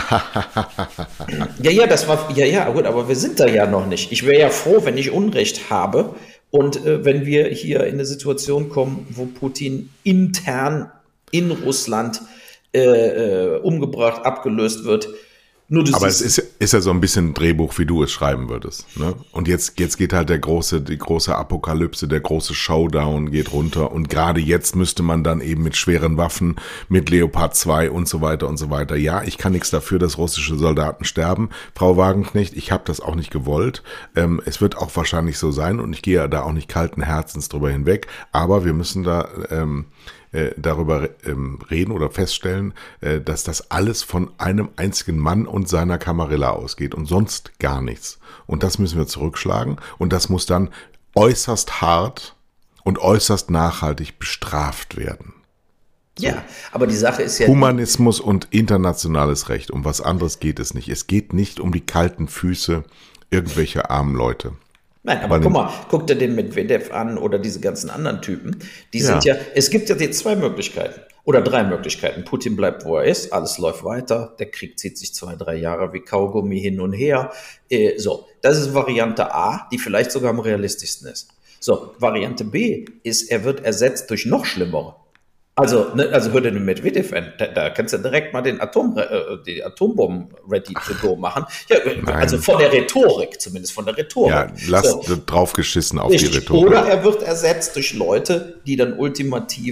ja, ja, das war, ja, ja, gut, aber wir sind da ja noch nicht. Ich wäre ja froh, wenn ich Unrecht habe. Und äh, wenn wir hier in eine Situation kommen, wo Putin intern in Russland äh, äh, umgebracht, abgelöst wird. Nur Aber es ist, ist ja so ein bisschen ein Drehbuch, wie du es schreiben würdest. Ne? Und jetzt, jetzt geht halt der große, die große Apokalypse, der große Showdown geht runter. Und gerade jetzt müsste man dann eben mit schweren Waffen, mit Leopard zwei und so weiter und so weiter. Ja, ich kann nichts dafür, dass russische Soldaten sterben. Frau Wagenknecht, ich habe das auch nicht gewollt. Ähm, es wird auch wahrscheinlich so sein und ich gehe da auch nicht kalten Herzens drüber hinweg. Aber wir müssen da ähm, äh, darüber ähm, reden oder feststellen, äh, dass das alles von einem einzigen Mann und seiner Kamarilla ausgeht und sonst gar nichts. Und das müssen wir zurückschlagen und das muss dann äußerst hart und äußerst nachhaltig bestraft werden. So. Ja, aber die Sache ist ja... Humanismus und internationales Recht, um was anderes geht es nicht. Es geht nicht um die kalten Füße irgendwelcher armen Leute. Nein, aber guck mal, guck dir den Medvedev an oder diese ganzen anderen Typen. Die sind ja, ja es gibt ja die zwei Möglichkeiten oder drei Möglichkeiten. Putin bleibt, wo er ist, alles läuft weiter, der Krieg zieht sich zwei, drei Jahre wie Kaugummi hin und her. Äh, so, das ist Variante A, die vielleicht sogar am realistischsten ist. So, Variante B ist, er wird ersetzt durch noch schlimmere. Also, ne, also hör dir den Medvedev an, da, da kannst du direkt mal den Atom, äh, die Atombomben ready to go machen. Ja, also von der Rhetorik, zumindest von der Rhetorik. Ja, lass so. draufgeschissen auf Richtig. Die Rhetorik. Oder er wird ersetzt durch Leute, die dann ultimativ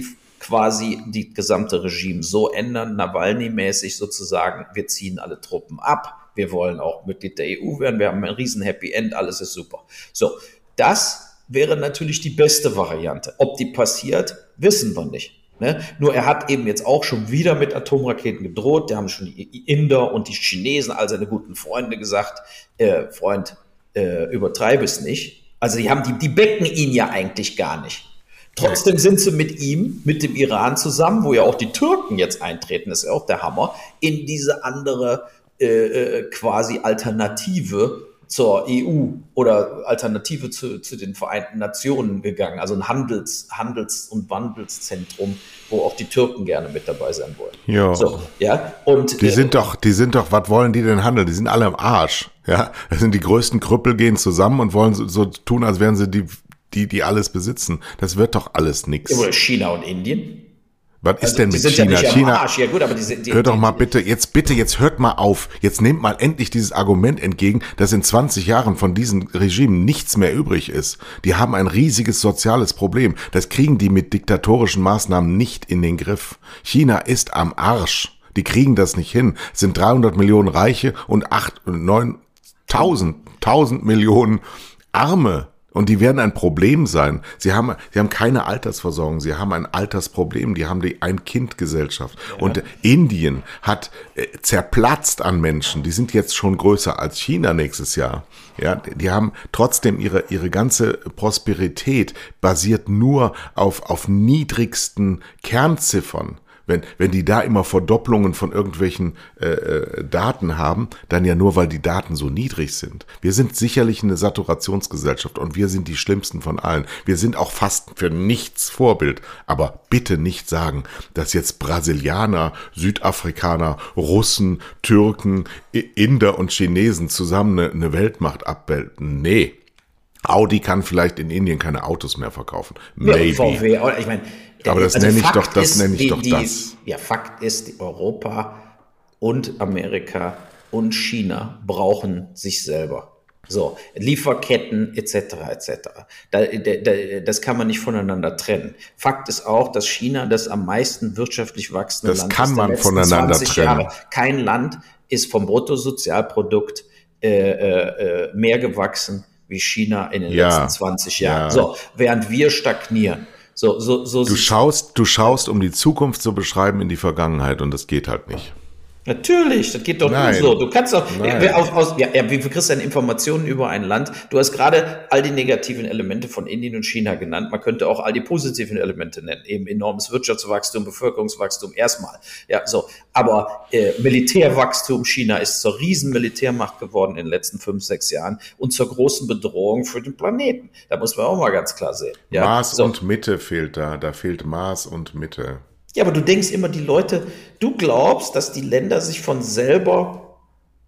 quasi die gesamte Regime so ändern, Nawalny-mäßig sozusagen, wir ziehen alle Truppen ab, wir wollen auch Mitglied der E U werden, wir haben ein riesen Happy End, alles ist super. So, das wäre natürlich die beste Variante. Ob die passiert, wissen wir nicht. Ne? Nur er hat eben jetzt auch schon wieder mit Atomraketen gedroht, da haben schon die Inder und die Chinesen, all seine guten Freunde gesagt, äh, Freund, äh, übertreibe es nicht. Also die haben die, die becken ihn ja eigentlich gar nicht. Trotzdem sind sie mit ihm, mit dem Iran zusammen, wo ja auch die Türken jetzt eintreten, das ist ja auch der Hammer, in diese andere äh, quasi Alternative zur E U oder Alternative zu, zu den Vereinten Nationen gegangen. Also ein Handels-, Handels- und Wandelszentrum, wo auch die Türken gerne mit dabei sein wollen. Ja. So, ja. Und, die äh, sind doch, die sind doch, was wollen die denn handeln? Die sind alle am Arsch. Ja, das sind die größten Krüppel, gehen zusammen und wollen so, so tun, als wären sie die, die, die alles besitzen. Das wird doch alles nix. Oder China und Indien. Was ist Also, denn die mit sind China? ja nicht am China, Arsch. Ja gut, aber die sind, die, hört doch die- mal bitte, jetzt bitte, jetzt hört mal auf. Jetzt nehmt mal endlich dieses Argument entgegen, dass in zwanzig Jahren von diesen Regimen nichts mehr übrig ist. Die haben ein riesiges soziales Problem. Das kriegen die mit diktatorischen Maßnahmen nicht in den Griff. China ist am Arsch. Die kriegen das nicht hin. Es sind dreihundert Millionen Reiche und acht, neun, tausend, tausend Millionen Arme. Und die werden ein Problem sein. Sie haben, sie haben keine Altersversorgung, sie haben ein Altersproblem, die haben die Ein-Kind-Gesellschaft. Ja. Und Indien hat äh, zerplatzt an Menschen, die sind jetzt schon größer als China nächstes Jahr. Ja, die haben trotzdem ihre, ihre ganze Prosperität basiert nur auf, auf niedrigsten Kernziffern. Wenn, wenn die da immer Verdopplungen von irgendwelchen äh, Daten haben, dann ja nur, weil die Daten so niedrig sind. Wir sind sicherlich eine Saturationsgesellschaft und wir sind die schlimmsten von allen. Wir sind auch fast für nichts Vorbild. Aber bitte nicht sagen, dass jetzt Brasilianer, Südafrikaner, Russen, Türken, Inder und Chinesen zusammen eine, eine Weltmacht abbilden. Nee. Audi kann vielleicht in Indien keine Autos mehr verkaufen. Maybe. Ja, V W, ich meine, aber das also nenne ich Fakt doch, das ist, nenne ich die, doch die, das. Ja, Fakt ist, die Europa und Amerika und China brauchen sich selber. So, Lieferketten et cetera et cetera. Da, da, das kann man nicht voneinander trennen. Fakt ist auch, dass China das am meisten wirtschaftlich wachsende das Land kann ist man der letzten voneinander zwanzig trennen. Jahre. Kein Land ist vom Bruttosozialprodukt äh, äh, mehr gewachsen wie China in den Ja, letzten zwanzig Jahren. ja. So, während wir stagnieren. So, so, so Du schaust, du schaust, um die Zukunft zu beschreiben, in die Vergangenheit und das geht halt nicht. Natürlich, das geht doch nur Nein. so. Du kannst doch, Nein. wer auf, aus, ja, ja, wie kriegst du denn Informationen über ein Land? Du hast gerade all die negativen Elemente von Indien und China genannt. Man könnte auch all die positiven Elemente nennen. Eben enormes Wirtschaftswachstum, Bevölkerungswachstum erstmal. Ja, so. Aber äh, Militärwachstum, China ist zur riesen Militärmacht geworden in den letzten fünf, sechs Jahren und zur großen Bedrohung für den Planeten. Da muss man auch mal ganz klar sehen. Ja, Maß so. und Mitte fehlt da. Da fehlt Maß und Mitte. Ja, aber du denkst immer, die Leute, du glaubst, dass die Länder sich von selber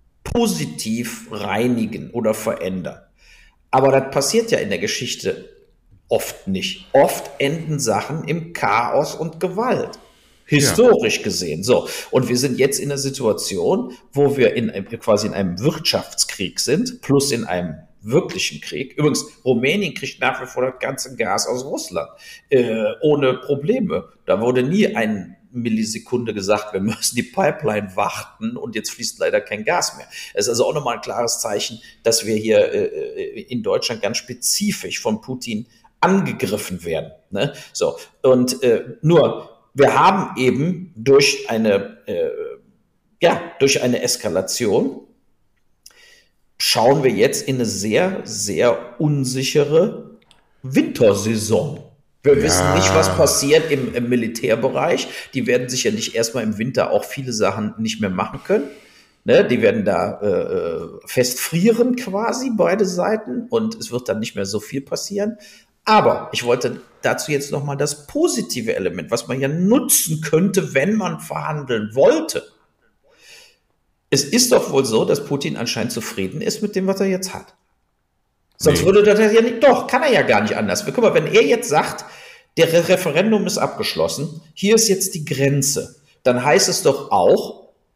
positiv reinigen oder verändern. Aber das passiert ja in der Geschichte oft nicht. Oft enden Sachen im Chaos und Gewalt. Historisch ja. gesehen. So. Und wir sind jetzt in einer Situation, wo wir in, quasi in einem Wirtschaftskrieg sind, plus in einem wirklichen Krieg. Übrigens, Rumänien kriegt nach wie vor das ganze Gas aus Russland, äh, ohne Probleme. Da wurde nie eine Millisekunde gesagt, wir müssen die Pipeline warten und jetzt fließt leider kein Gas mehr. Es ist also auch nochmal ein klares Zeichen, dass wir hier äh, in Deutschland ganz spezifisch von Putin angegriffen werden. Ne? So. Und äh, nur, wir haben eben durch eine, äh, ja, durch eine Eskalation schauen wir jetzt in eine sehr, sehr unsichere Wintersaison. Wir ja. wissen nicht, was passiert im, im Militärbereich. Die werden sicher nicht erstmal im Winter auch viele Sachen nicht mehr machen können. Ne? Die werden da äh, festfrieren quasi, beide Seiten. Und es wird dann nicht mehr so viel passieren. Aber ich wollte dazu jetzt nochmal das positive Element, was man ja nutzen könnte, wenn man verhandeln wollte. Es ist doch wohl so, dass Putin anscheinend zufrieden ist mit dem, was er jetzt hat. Sonst nee. würde das ja nicht, doch, kann er ja gar nicht anders. Guck mal, wenn er jetzt sagt, der Re- Referendum ist abgeschlossen, hier ist jetzt die Grenze, dann heißt es doch auch,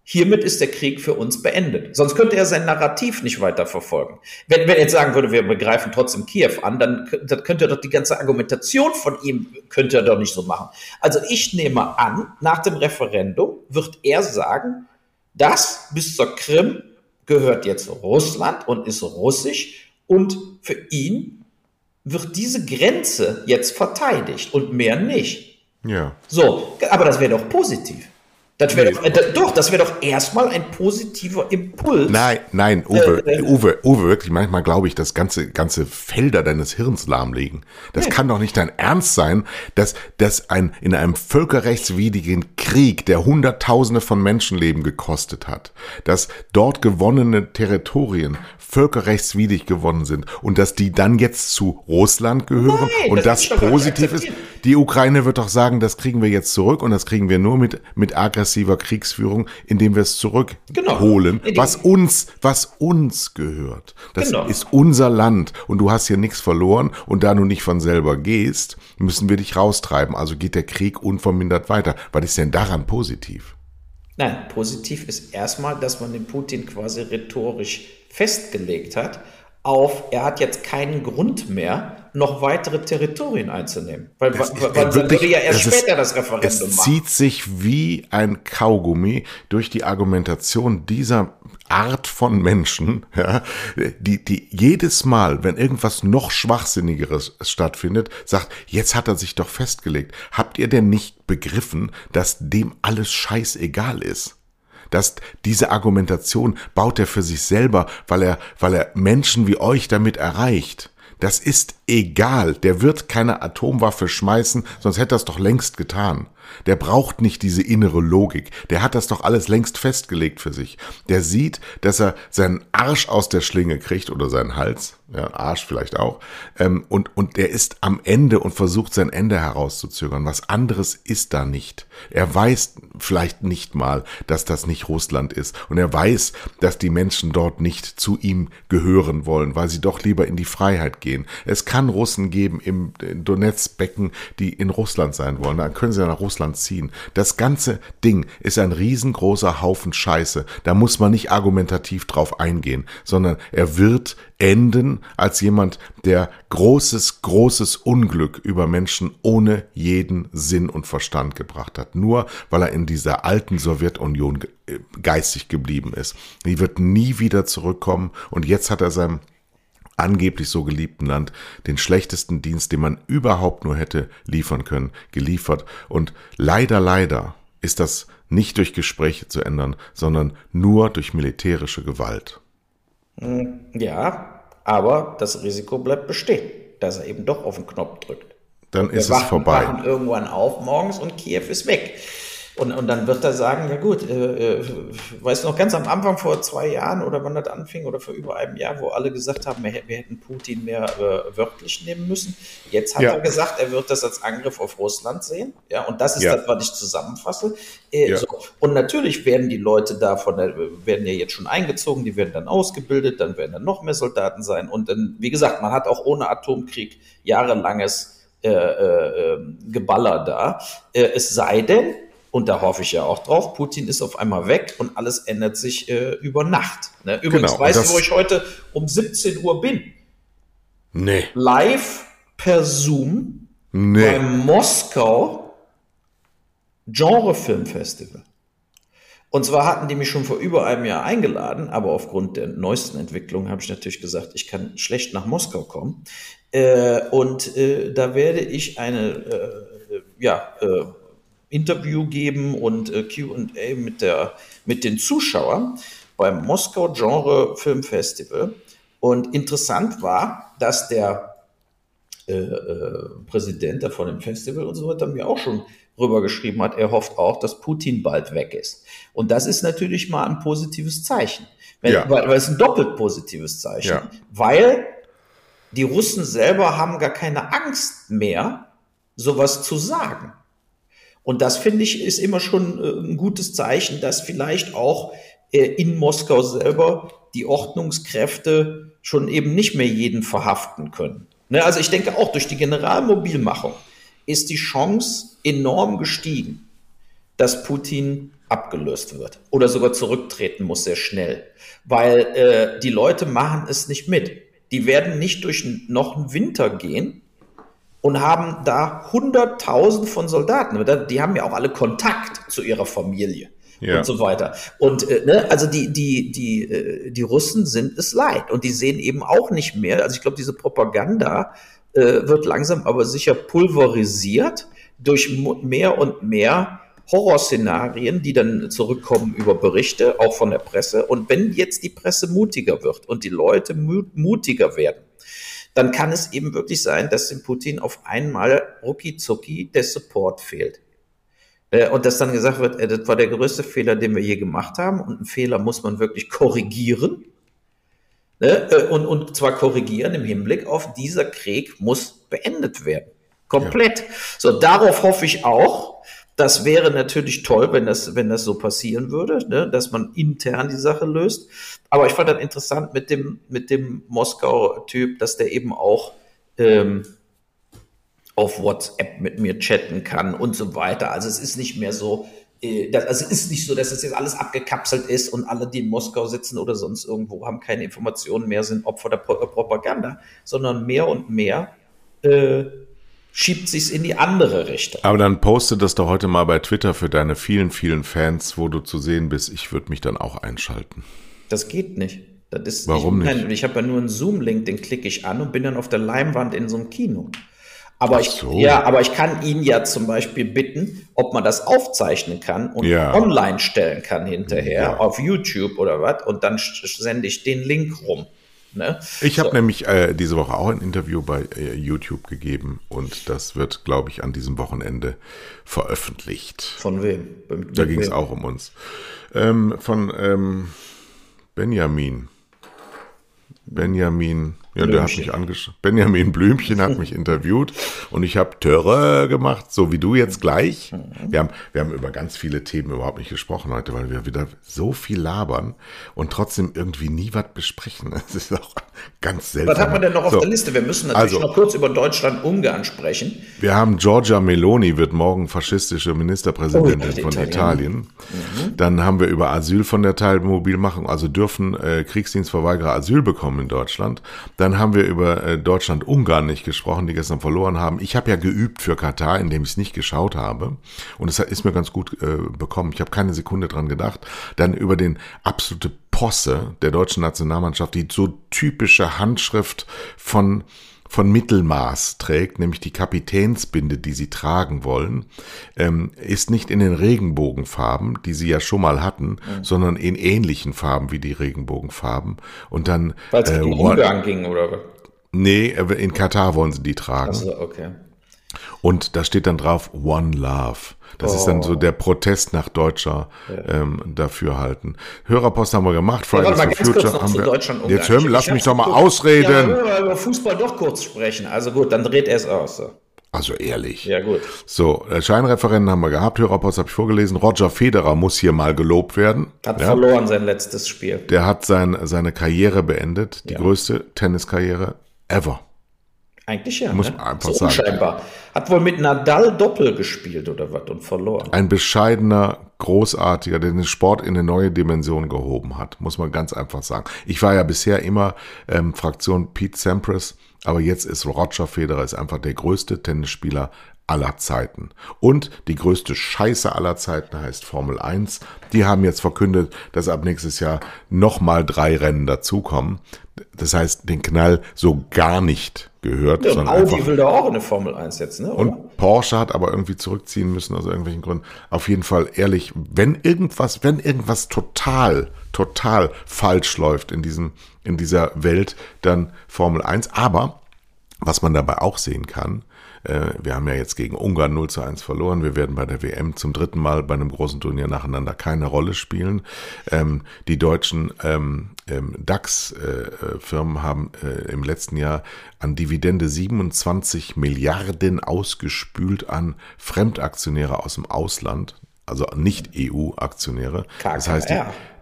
hiermit ist der Krieg für uns beendet. Sonst könnte er sein Narrativ nicht weiter verfolgen. Wenn, wenn er jetzt sagen würde, wir begreifen trotzdem Kiew an, dann, dann könnte er doch die ganze Argumentation von ihm, könnte er doch nicht so machen. Also ich nehme an, nach dem Referendum wird er sagen, das bis zur Krim gehört jetzt Russland und ist russisch und für ihn wird diese Grenze jetzt verteidigt und mehr nicht. Ja. So, aber das wäre doch positiv. Das wäre nee. doch, doch, das wäre doch erstmal ein positiver Impuls. Nein, nein, Uwe, äh, äh, Uwe, Uwe, wirklich, manchmal glaube ich, dass ganze, ganze Felder deines Hirns lahmlegen. Das nee. kann doch nicht dein Ernst sein, dass, dass ein, in einem völkerrechtswidrigen Krieg, der Hunderttausende von Menschenleben gekostet hat, dass dort gewonnene Territorien völkerrechtswidrig gewonnen sind und dass die dann jetzt zu Russland gehören Nein, und das, das positiv ist. Die Ukraine wird doch sagen, das kriegen wir jetzt zurück und das kriegen wir nur mit, mit aggressiver Kriegsführung, indem wir es zurückholen, genau. was uns, was uns gehört. Das genau. ist unser Land und du hast hier nichts verloren und da du nicht von selber gehst, müssen wir dich raustreiben. Also geht der Krieg unvermindert weiter. Was ist denn daran positiv? Nein, positiv ist erstmal, dass man den Putin quasi rhetorisch festgelegt hat auf, er hat jetzt keinen Grund mehr, noch weitere Territorien einzunehmen. Weil, das weil, weil wirklich, würde ja erst das später ist, das Referendum es machen. Es zieht sich wie ein Kaugummi durch die Argumentation dieser Art von Menschen, ja, die, die jedes Mal, wenn irgendwas noch Schwachsinnigeres stattfindet, sagt, jetzt hat er sich doch festgelegt. Habt ihr denn nicht begriffen, dass dem alles scheißegal ist? Dass diese Argumentation baut er für sich selber, weil er, weil er Menschen wie euch damit erreicht. Das ist egal. Der wird keine Atomwaffe schmeißen, sonst hätte er es doch längst getan. Der braucht nicht diese innere Logik. Der hat das doch alles längst festgelegt für sich. Der sieht, dass er seinen Arsch aus der Schlinge kriegt oder seinen Hals, ja, Arsch vielleicht auch, ähm, und, und der ist am Ende und versucht sein Ende herauszuzögern. Was anderes ist da nicht. Er weiß vielleicht nicht mal, dass das nicht Russland ist. Und er weiß, dass die Menschen dort nicht zu ihm gehören wollen, weil sie doch lieber in die Freiheit gehen. Es kann Russen geben im Donetsk-Becken, die in Russland sein wollen. Dann können sie nach Russland ziehen. Das ganze Ding ist ein riesengroßer Haufen Scheiße. Da muss man nicht argumentativ drauf eingehen, sondern er wird enden als jemand, der großes, großes Unglück über Menschen ohne jeden Sinn und Verstand gebracht hat. Nur weil er in dieser alten Sowjetunion geistig geblieben ist. Die wird nie wieder zurückkommen und jetzt hat er seinem angeblich so geliebten Land den schlechtesten Dienst, den man überhaupt nur hätte liefern können, geliefert. Und leider, leider ist das nicht durch Gespräche zu ändern, sondern nur durch militärische Gewalt. Ja, aber das Risiko bleibt bestehen, dass er eben doch auf den Knopf drückt. Dann ist es vorbei. Wir wachen irgendwann auf morgens und Kiew ist weg. Und, und dann wird er sagen, ja gut, äh, äh, weißt du noch, ganz am Anfang vor zwei Jahren oder wann das anfing oder vor über einem Jahr, wo alle gesagt haben, wir, wir hätten Putin mehr äh, wörtlich nehmen müssen. Jetzt hat ja. er gesagt, er wird das als Angriff auf Russland sehen. Ja, und das ist ja. das, was ich zusammenfasse. Äh, ja. so. Und natürlich werden die Leute davon, werden ja jetzt schon eingezogen, die werden dann ausgebildet, dann werden dann noch mehr Soldaten sein. Und dann, wie gesagt, man hat auch ohne Atomkrieg jahrelanges äh, äh, Geballer da. Äh, es sei denn, und da hoffe ich ja auch drauf, Putin ist auf einmal weg und alles ändert sich äh, über Nacht. Ne? Übrigens, genau, weißt du, wo ich heute um siebzehn Uhr bin? Nee. Live per Zoom nee. beim Moskau Genre-Filmfestival. Und zwar hatten die mich schon vor über einem Jahr eingeladen, aber aufgrund der neuesten Entwicklung habe ich natürlich gesagt, ich kann schlecht nach Moskau kommen. Äh, und äh, da werde ich eine, äh, ja, äh, Interview geben und äh, Q und A mit, der, mit den Zuschauern beim Moskau Genre Film Festival. Und interessant war, dass der äh, äh, Präsident von dem Festival und so weiter mir auch schon rübergeschrieben hat, er hofft auch, dass Putin bald weg ist. Und das ist natürlich mal ein positives Zeichen. Wenn, ja. weil, weil es ein doppelt positives Zeichen, ja. weil die Russen selber haben gar keine Angst mehr, sowas zu sagen. Und das, finde ich, ist immer schon äh, ein gutes Zeichen, dass vielleicht auch äh, in Moskau selber die Ordnungskräfte schon eben nicht mehr jeden verhaften können. Ne, also ich denke auch, durch die Generalmobilmachung ist die Chance enorm gestiegen, dass Putin abgelöst wird oder sogar zurücktreten muss sehr schnell, weil äh, die Leute machen es nicht mit. Die werden nicht durch noch einen Winter gehen und haben da hunderttausend von Soldaten. Die haben ja auch alle Kontakt zu ihrer Familie. Ja. Und so weiter. Und äh, ne, also die, die, die, äh, die Russen sind es leid. Und die sehen eben auch nicht mehr, also ich glaube, diese Propaganda äh, wird langsam aber sicher pulverisiert durch mehr und mehr Horrorszenarien, die dann zurückkommen über Berichte, auch von der Presse. Und wenn jetzt die Presse mutiger wird und die Leute mutiger werden, dann kann es eben wirklich sein, dass dem Putin auf einmal rucki zucki der Support fehlt. Und dass dann gesagt wird, das war der größte Fehler, den wir je gemacht haben. Und einen Fehler muss man wirklich korrigieren. Und, und zwar korrigieren im Hinblick auf, dieser Krieg muss beendet werden. Komplett. Ja. So, darauf hoffe ich auch. Das wäre natürlich toll, wenn das, wenn das so passieren würde, ne? Dass man intern die Sache löst. Aber ich fand das interessant mit dem, mit dem Moskau-Typ, dass der eben auch ähm, auf WhatsApp mit mir chatten kann und so weiter. Also es ist nicht mehr so, äh, das, also es ist nicht so, dass es jetzt alles abgekapselt ist und alle, die in Moskau sitzen oder sonst irgendwo, haben keine Informationen mehr, sind Opfer der Pro- Propaganda, sondern mehr und mehr äh, schiebt sich's in die andere Richtung. Aber dann poste das doch heute mal bei Twitter für deine vielen, vielen Fans, wo du zu sehen bist. Ich würde mich dann auch einschalten. Das geht nicht. Das ist, Warum ich, nicht? Ich habe ja nur einen Zoom-Link, den klicke ich an und bin dann auf der Leinwand in so einem Kino. Aber ich, so. ja, aber ich kann ihn ja zum Beispiel bitten, ob man das aufzeichnen kann und ja. online stellen kann hinterher ja. auf YouTube oder was. Und dann sende ich den Link rum. Ne? Ich habe so. nämlich äh, diese Woche auch ein Interview bei äh, YouTube gegeben und das wird, glaube ich, an diesem Wochenende veröffentlicht. Von wem? Mit da ging es auch um uns. Ähm, von ähm, Benjamin. Benjamin, ja, der hat mich angeschaut. Benjamin Blümchen hat mich interviewt und ich habe Töre gemacht, so wie du jetzt gleich. Wir haben, wir haben über ganz viele Themen überhaupt nicht gesprochen heute, weil wir wieder so viel labern und trotzdem irgendwie nie was besprechen. Das ist auch ganz seltsam. Was hat man denn noch auf so, der Liste? Wir müssen natürlich also, noch kurz über Deutschland-Ungarn sprechen. Wir haben Giorgia Meloni, wird morgen faschistische Ministerpräsidentin oh, von Italien. Italien. Mhm. Dann haben wir über Asyl von der Teilmobilmachung, also dürfen äh, Kriegsdienstverweigerer Asyl bekommen in Deutschland. Dann haben wir über äh, Deutschland-Ungarn nicht gesprochen, die gestern verloren haben. Ich habe ja geübt für Katar, indem ich es nicht geschaut habe. Und es ist mir ganz gut äh, bekommen. Ich habe keine Sekunde dran gedacht. Dann über den absolute Posse der deutschen Nationalmannschaft, die so typische Handschrift von von Mittelmaß trägt, nämlich die Kapitänsbinde, die sie tragen wollen, ähm, ist nicht in den Regenbogenfarben, die sie ja schon mal hatten, mhm. sondern in ähnlichen Farben wie die Regenbogenfarben. Und dann weil es äh, gegen Ungarn ging, oder was? Nee, in Katar wollen sie die tragen. Ach so, okay. Und da steht dann drauf One Love. Das oh. ist dann so der Protest nach deutscher ja. ähm, Dafürhalten. Hörerpost haben wir gemacht, Fridays ja, for Future haben wir. Jetzt hör, lass mich doch mal kurz, ausreden. Ja, wir wollen über Fußball doch kurz sprechen. Also gut, dann dreht er es aus. So. Also ehrlich. Ja gut. So, Scheinreferenten haben wir gehabt. Hörerpost habe ich vorgelesen. Roger Federer muss hier mal gelobt werden. Hat ja. verloren sein letztes Spiel. Der hat sein, seine Karriere beendet. Die ja. größte Tenniskarriere ever. Eigentlich ja, muss ne? man einfach so sagen. Unscheinbar. Hat wohl mit Nadal Doppel gespielt oder was und verloren. Ein bescheidener, großartiger, der den Sport in eine neue Dimension gehoben hat, muss man ganz einfach sagen. Ich war ja bisher immer ähm, Fraktion Pete Sampras, aber jetzt ist Roger Federer ist einfach der größte Tennisspieler aller Zeiten. Und die größte Scheiße aller Zeiten heißt Formel eins. Die haben jetzt verkündet, dass ab nächstes Jahr nochmal drei Rennen dazukommen. Das heißt, den Knall so gar nicht gehört. Ja, und sondern Audi einfach, will da auch in eine Formel eins jetzt, ne? Oder? Und Porsche hat aber irgendwie zurückziehen müssen aus irgendwelchen Gründen. Auf jeden Fall ehrlich, wenn irgendwas, wenn irgendwas total, total falsch läuft in diesem, in dieser Welt, dann Formel eins. Aber was man dabei auch sehen kann, wir haben ja jetzt gegen Ungarn null zu eins verloren. Wir werden bei der W M zum dritten Mal bei einem großen Turnier nacheinander keine Rolle spielen. Ähm, die deutschen ähm, ähm, DAX-Firmen äh, haben äh, im letzten Jahr an Dividende siebenundzwanzig Milliarden ausgespült an Fremdaktionäre aus dem Ausland. Also nicht E U-Aktionäre. Das heißt, die,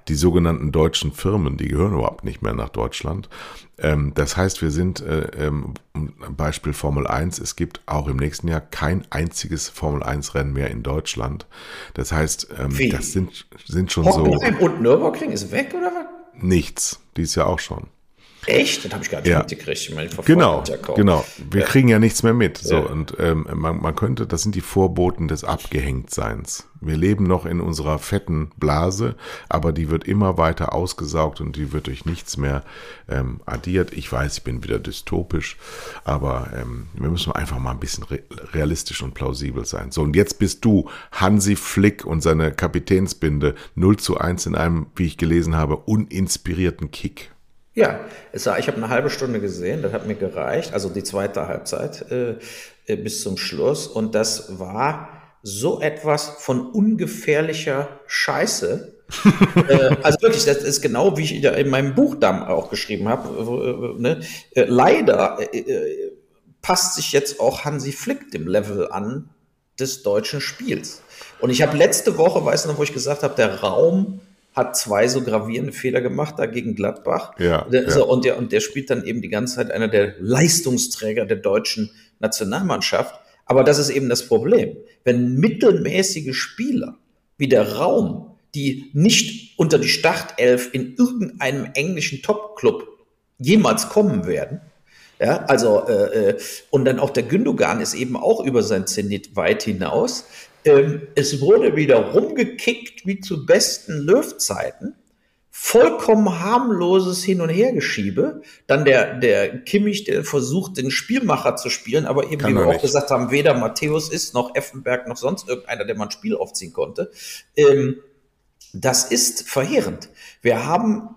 die sogenannten deutschen Firmen, die gehören überhaupt nicht mehr nach Deutschland. Ähm, das heißt, wir sind, äh, ähm, Beispiel Formel eins, es gibt auch im nächsten Jahr kein einziges Formel eins Rennen mehr in Deutschland. Das heißt, ähm, Wie? das sind, sind schon Hockenheim so... und Nürburgring ist weg, oder was? Nichts, dies Jahr auch schon. Echt? Das habe ich gar nicht Ja. mitgekriegt. Ich meine, ich verfolge Genau, das ja kaum. genau. Wir Ja. kriegen ja nichts mehr mit. So, Ja. und ähm, man, man könnte, das sind die Vorboten des Abgehängtseins. Wir leben noch in unserer fetten Blase, aber die wird immer weiter ausgesaugt und die wird durch nichts mehr ähm, addiert. Ich weiß, ich bin wieder dystopisch, aber ähm, wir müssen einfach mal ein bisschen re- realistisch und plausibel sein. So, und jetzt bist du Hansi Flick und seine Kapitänsbinde null zu eins in einem, wie ich gelesen habe, uninspirierten Kick. Ja, es war, ich habe eine halbe Stunde gesehen, das hat mir gereicht, also die zweite Halbzeit äh, äh, bis zum Schluss. Und das war so etwas von ungefährlicher Scheiße. äh, also wirklich, das ist genau, wie ich ja in meinem Buch dann auch geschrieben habe. Äh, ne? äh, leider äh, äh, passt sich jetzt auch Hansi Flick dem Level an des deutschen Spiels. Und ich habe letzte Woche, weißt du noch, wo ich gesagt habe, der Raum hat zwei so gravierende Fehler gemacht da gegen Gladbach. Ja, der, ja. So, und, der, und der spielt dann eben die ganze Zeit einer der Leistungsträger der deutschen Nationalmannschaft. Aber das ist eben das Problem. Wenn mittelmäßige Spieler wie der Raum, die nicht unter die Startelf in irgendeinem englischen Top-Club jemals kommen werden, ja, also äh, und dann auch der Gündogan ist eben auch über sein Zenit weit hinaus. Ähm, es wurde wieder rumgekickt wie zu besten Löw-Zeiten. Vollkommen harmloses Hin- und Hergeschiebe. Dann der, der Kimmich, der versucht, den Spielmacher zu spielen, aber eben, Kann wie wir er auch nicht. gesagt haben, weder Matthäus ist, noch Effenberg, noch sonst irgendeiner, der mal ein Spiel aufziehen konnte. Ähm, das ist verheerend. Wir haben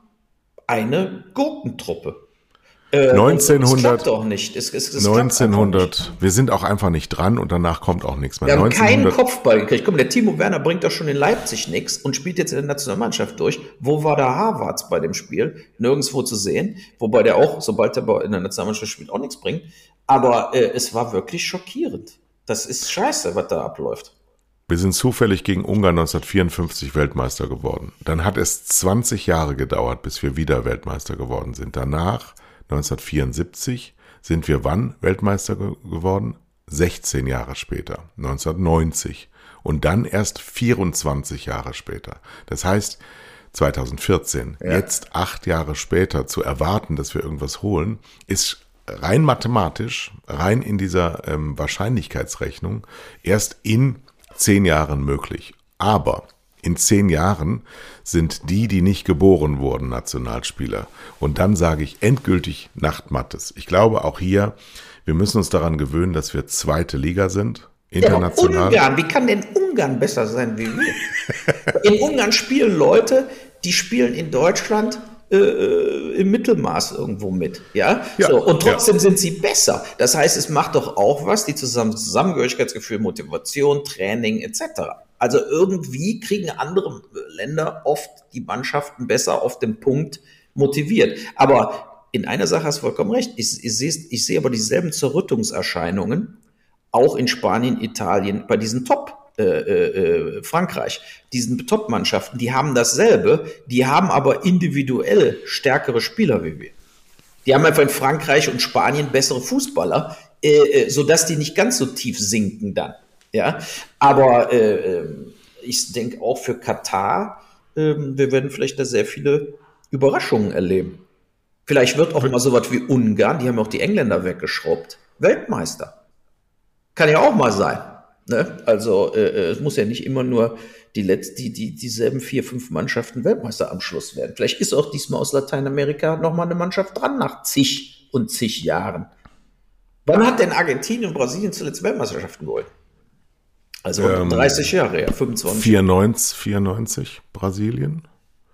eine Gurkentruppe. Äh, neunzehnhundert, es klappt doch nicht. Es, es, es klappt einfach nicht. neunzehnhundert, wir sind auch einfach nicht dran und danach kommt auch nichts mehr. Wir haben keinen neunzehnhundert Kopfball gekriegt. Guck mal, der Timo Werner bringt doch schon in Leipzig nichts und spielt jetzt in der Nationalmannschaft durch. Wo war der Harvards bei dem Spiel? Nirgendwo zu sehen. Wobei der auch, sobald er in der Nationalmannschaft spielt, auch nichts bringt. Aber äh, es war wirklich schockierend. Das ist scheiße, was da abläuft. Wir sind zufällig gegen Ungarn neunzehnhundertvierundfünfzig Weltmeister geworden. Dann hat es zwanzig Jahre gedauert, bis wir wieder Weltmeister geworden sind. Danach, neunzehnhundertvierundsiebzig, sind wir wann Weltmeister ge- geworden? sechzehn Jahre später, neunzehnhundertneunzig. Und dann erst vierundzwanzig Jahre später. Das heißt, zweitausendvierzehn, Ja. jetzt acht Jahre später zu erwarten, dass wir irgendwas holen, ist rein mathematisch, rein in dieser ähm, Wahrscheinlichkeitsrechnung erst in zehn Jahren möglich. Aber in zehn Jahren sind die, die nicht geboren wurden, Nationalspieler. Und dann sage ich endgültig Nachtmattes. Ich glaube auch hier, wir müssen uns daran gewöhnen, dass wir zweite Liga sind, international. Ja, Ungarn, wie kann denn Ungarn besser sein wie wir? In Ungarn spielen Leute, die spielen in Deutschland äh, im Mittelmaß irgendwo mit. Ja? Ja, So, und trotzdem ja. sind sie besser. Das heißt, es macht doch auch was, die Zusammen Zusammengehörigkeitsgefühl, Motivation, Training et cetera. Also irgendwie kriegen andere Länder oft die Mannschaften besser auf den Punkt motiviert. Aber in einer Sache hast du vollkommen recht. Ich, ich, sehe, ich sehe aber dieselben Zerrüttungserscheinungen auch in Spanien, Italien, bei diesen Top, äh, äh, Frankreich, diesen Top-Mannschaften, die haben dasselbe, die haben aber individuell stärkere Spieler wie wir. Die haben einfach in Frankreich und Spanien bessere Fußballer, äh, sodass die nicht ganz so tief sinken dann. Ja, aber äh, ich denke auch für Katar, äh, wir werden vielleicht da sehr viele Überraschungen erleben. Vielleicht wird auch mal sowas wie Ungarn, die haben auch die Engländer weggeschrubbt, Weltmeister. Kann ja auch mal sein. Ne? Also äh, es muss ja nicht immer nur die, Letz-, die, die dieselben vier, fünf Mannschaften Weltmeister am Schluss werden. Vielleicht ist auch diesmal aus Lateinamerika nochmal eine Mannschaft dran nach zig und zig Jahren. Wann hat denn Argentinien und Brasilien zuletzt Weltmeisterschaften geholt? Also Ähm, dreißig Jahre, ja, fünfundzwanzig. vierundneunzig, vierundneunzig, Brasilien.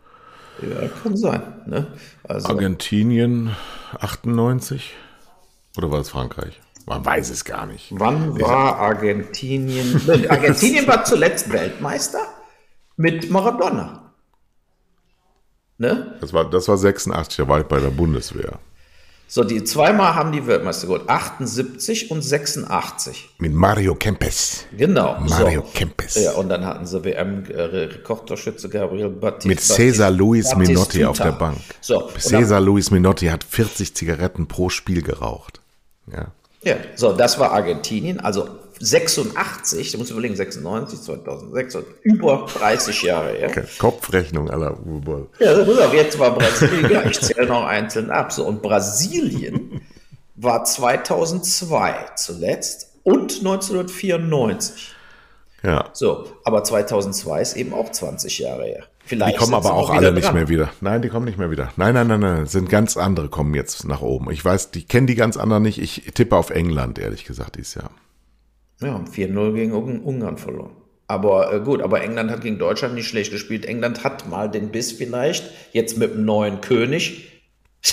Ja, kann sein. Ne? Also, Argentinien achtundneunzig. Oder war es Frankreich? Man weiß es gar nicht. wann war Argentinien? Argentinien war zuletzt Weltmeister mit Maradona. Ne? Das war, das war sechsundachtzig, da war ich bei der Bundeswehr. So, die zweimal haben die Weltmeister geholt, achtundsiebzig und sechsundachtzig. Mit Mario Kempes. Genau. Mario so. Kempes. Ja, und dann hatten sie W M-Rekordtorschütze Gabriel Baptista. Mit Cesar Luis Minotti auf der Bank. So, Cesar Luis Minotti hat vierzig Zigaretten pro Spiel geraucht. Ja. Ja, so, das war Argentinien, also sechsundachtzig, du musst überlegen, sechsundneunzig, zweitausendsechs, über dreißig Jahre, ja. Kopfrechnung aller Uwe Boll. Ja, pass auf, jetzt war Brasilien, ja, ich zähle noch einzeln ab, so, und Brasilien war zweitausendzwei zuletzt und neunzehnhundertvierundneunzig. Ja. So, aber zweitausendzwei ist eben auch zwanzig Jahre her. Vielleicht die kommen aber auch alle wieder nicht dran. mehr wieder. Nein, die kommen nicht mehr wieder. Nein, nein, nein, nein. Es sind ganz andere kommen jetzt nach oben. Ich weiß, die kennen die ganz anderen nicht. Ich tippe auf England, ehrlich gesagt, dieses Jahr. Ja, vier null gegen Ungarn verloren. Aber äh, gut, aber England hat gegen Deutschland nicht schlecht gespielt. England hat mal den Biss vielleicht, jetzt mit dem neuen König.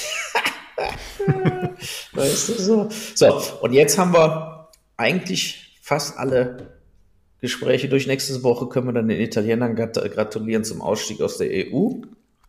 Weißt du, so. So, und jetzt haben wir eigentlich fast alle Gespräche durch. Nächste Woche können wir dann den Italienern gratulieren zum Ausstieg aus der E U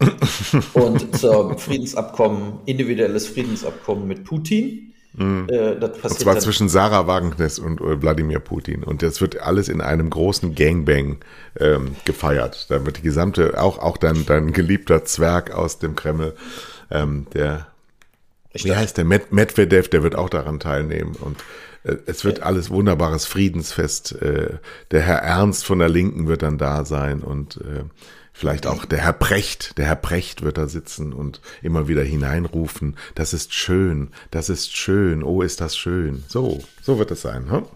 und zum Friedensabkommen, individuelles Friedensabkommen mit Putin. Mhm. Äh, das und zwar zwischen Sarah Wagenknecht und Wladimir Putin. Und das wird alles in einem großen Gangbang ähm, gefeiert. Da wird die gesamte, auch, auch dein, dein geliebter Zwerg aus dem Kreml, ähm, der, ich wie heißt der, Med- Medvedev, der wird auch daran teilnehmen. Und es wird alles wunderbares Friedensfest. Der Herr Ernst von der Linken wird dann da sein und vielleicht auch der Herr Precht, der Herr Precht wird da sitzen und immer wieder hineinrufen, das ist schön, das ist schön, oh, ist das schön. So, so wird es sein. Hm?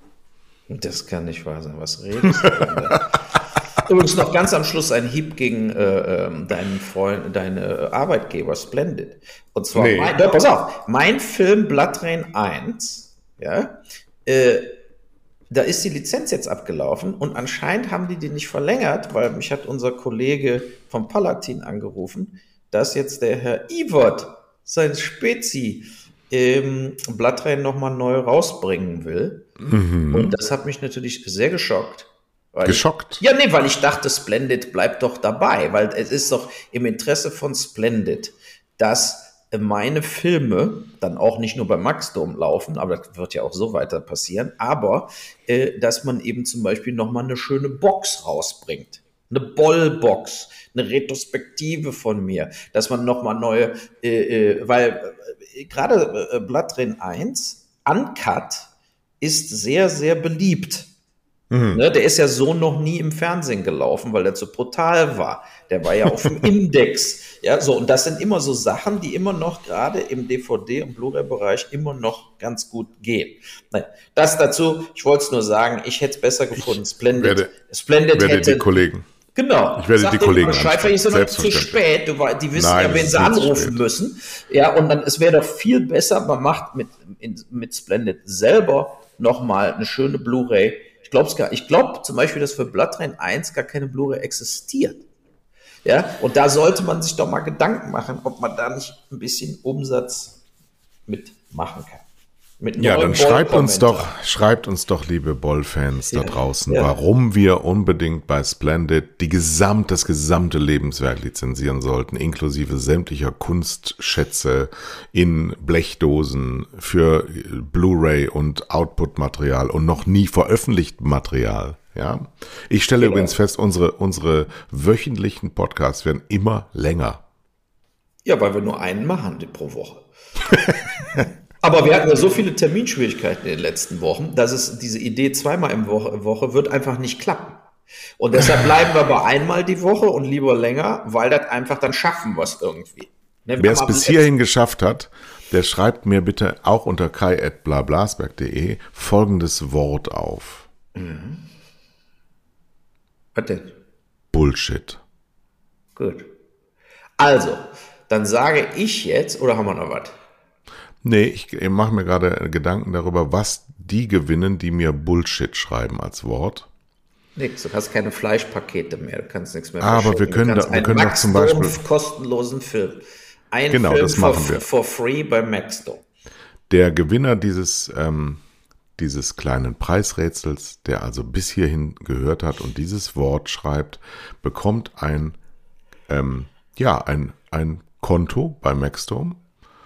Das kann nicht wahr sein, was redest du denn da? Übrigens noch ganz am Schluss ein Hieb gegen äh, deinen Freund, deine Arbeitgeber Splendid. Und zwar, Nee. mein, doch, pass auf, mein Film Blood Rain eins, ja, äh, da ist die Lizenz jetzt abgelaufen und anscheinend haben die die nicht verlängert, weil mich hat unser Kollege vom Palatin angerufen, dass jetzt der Herr Iwot sein Spezi ähm, Blood Rain nochmal neu rausbringen will. Mhm. Und das hat mich natürlich sehr geschockt. Weil Geschockt? Ich, ja, nee, weil ich dachte, Splendid bleibt doch dabei, weil es ist doch im Interesse von Splendid, dass meine Filme dann auch nicht nur bei Maxdome laufen, aber das wird ja auch so weiter passieren, aber äh, dass man eben zum Beispiel nochmal eine schöne Box rausbringt. Eine Boll-Box, eine Retrospektive von mir, dass man nochmal neue, äh, äh, weil äh, gerade äh, Blood Rain eins, Uncut, ist sehr, sehr beliebt. Mhm. Ne, der ist ja so noch nie im Fernsehen gelaufen, weil der zu brutal war. Der war ja auf dem Index. Ja, so, und das sind immer so Sachen, die immer noch gerade im D V D- und Blu-ray-Bereich immer noch ganz gut gehen. Naja, das dazu, ich wollte es nur sagen, ich hätte es besser gefunden. Ich Splendid, werde, Splendid werde hätte. Die Kollegen. Genau. Ich werde Sag die denen Kollegen Bescheid, vielleicht ist es noch zu spät. Du, die wissen Nein, ja, wen sie anrufen müssen. Ja, und dann, es wäre doch viel besser, man macht mit, in, mit Splendid selber nochmal eine schöne Blu-ray. Ich glaube gar, ich glaube zum Beispiel, dass für Blood Rain eins gar keine Blu-ray existiert. Ja, und da sollte man sich doch mal Gedanken machen, ob man da nicht ein bisschen Umsatz mitmachen kann. Mit ja, dann schreibt uns doch, schreibt uns doch, liebe Boll-Fans ja, da draußen, ja. warum wir unbedingt bei Splendid die gesamt, das gesamte Lebenswerk lizenzieren sollten, inklusive sämtlicher Kunstschätze in Blechdosen für Blu-ray und Output-Material und noch nie veröffentlichtem Material. Ja, ich stelle genau. übrigens fest, unsere, unsere wöchentlichen Podcasts werden immer länger. Ja, weil wir nur einen machen pro Woche. Aber wir hatten ja so viele Terminschwierigkeiten in den letzten Wochen, dass es diese Idee zweimal im Woche, Woche wird einfach nicht klappen. Und deshalb bleiben wir bei einmal die Woche und lieber länger, weil das einfach, dann schaffen wir es irgendwie. Ne, Wer es bis hierhin geschafft hat, der schreibt mir bitte auch unter kai at blablasberg punkt de folgendes Wort auf. Mhm. Was denn? Bullshit. Gut. Also, dann sage ich jetzt, oder haben wir noch was? Nee, ich, ich mache mir gerade Gedanken darüber, was die gewinnen, die mir Bullshit schreiben als Wort. Nix, du hast keine Fleischpakete mehr, du kannst nichts mehr Aber wir können, da, wir können doch zum Beispiel kostenlosen Film. Ein genau, Film das machen for, wir. for free bei Maxdome. Der Gewinner dieses, ähm, dieses kleinen Preisrätsels, der also bis hierhin gehört hat und dieses Wort schreibt, bekommt ein, ähm, ja, ein, ein Konto bei Maxdome.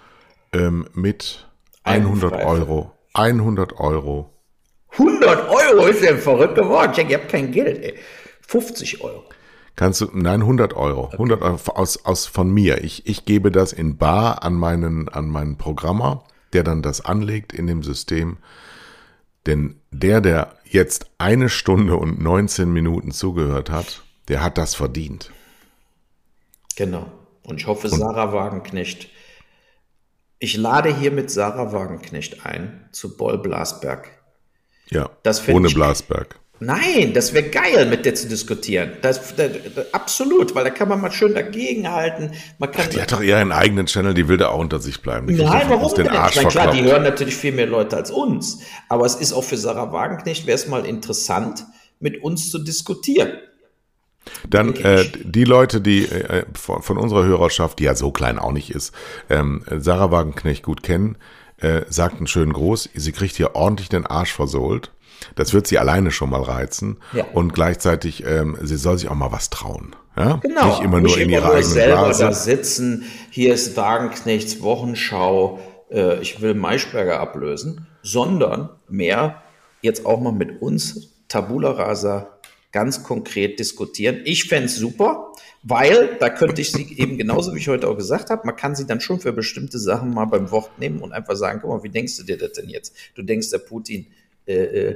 ähm, mit hundert Euro. hundert Euro. hundert Euro ist ja verrückt geworden. Ich denke, ihr habt kein Geld, ey. fünfzig Euro. Kannst du, nein, hundert Euro. Okay. hundert Euro aus, aus von mir. Ich, ich gebe das in bar an meinen, an meinen Programmer, der dann das anlegt in dem System. Denn der, der jetzt eine Stunde und neunzehn Minuten zugehört hat, der hat das verdient. Genau. Und ich hoffe, und Sarah Wagenknecht, ich lade hiermit Sarah Wagenknecht ein zu Boll Blasberg. Ja, ohne ich, Blasberg. Nein, das wäre geil, mit der zu diskutieren. Das, das, das, absolut, weil da kann man mal schön dagegenhalten. Man kann Ach, die hat doch eher einen eigenen Channel, die will da auch unter sich bleiben. Die Nein, warum denn? Ich meine, klar, die hören natürlich viel mehr Leute als uns. Aber es ist auch für Sarah Wagenknecht, wäre es mal interessant, mit uns zu diskutieren. Dann äh, die Leute, die äh, von, von unserer Hörerschaft, die ja so klein auch nicht ist, ähm, Sarah Wagenknecht gut kennen, äh, sagt einen schönen Gruß. Sie kriegt hier ordentlich den Arsch versohlt. Das wird sie alleine schon mal reizen. Ja. Und gleichzeitig, ähm, sie soll sich auch mal was trauen. Ja? Genau. Nicht immer nur Nicht in immer ihrer nur eigenen selber Blase. Da sitzen. Hier ist Wagenknechts Wochenschau. Äh, ich will Maischberger ablösen. Sondern mehr jetzt auch mal mit uns, Tabula Rasa, ganz konkret diskutieren. Ich fände es super, weil da könnte ich sie eben genauso, wie ich heute auch gesagt habe, man kann sie dann schon für bestimmte Sachen mal beim Wort nehmen und einfach sagen, guck mal, wie denkst du dir das denn jetzt? Du denkst, der Putin äh, äh,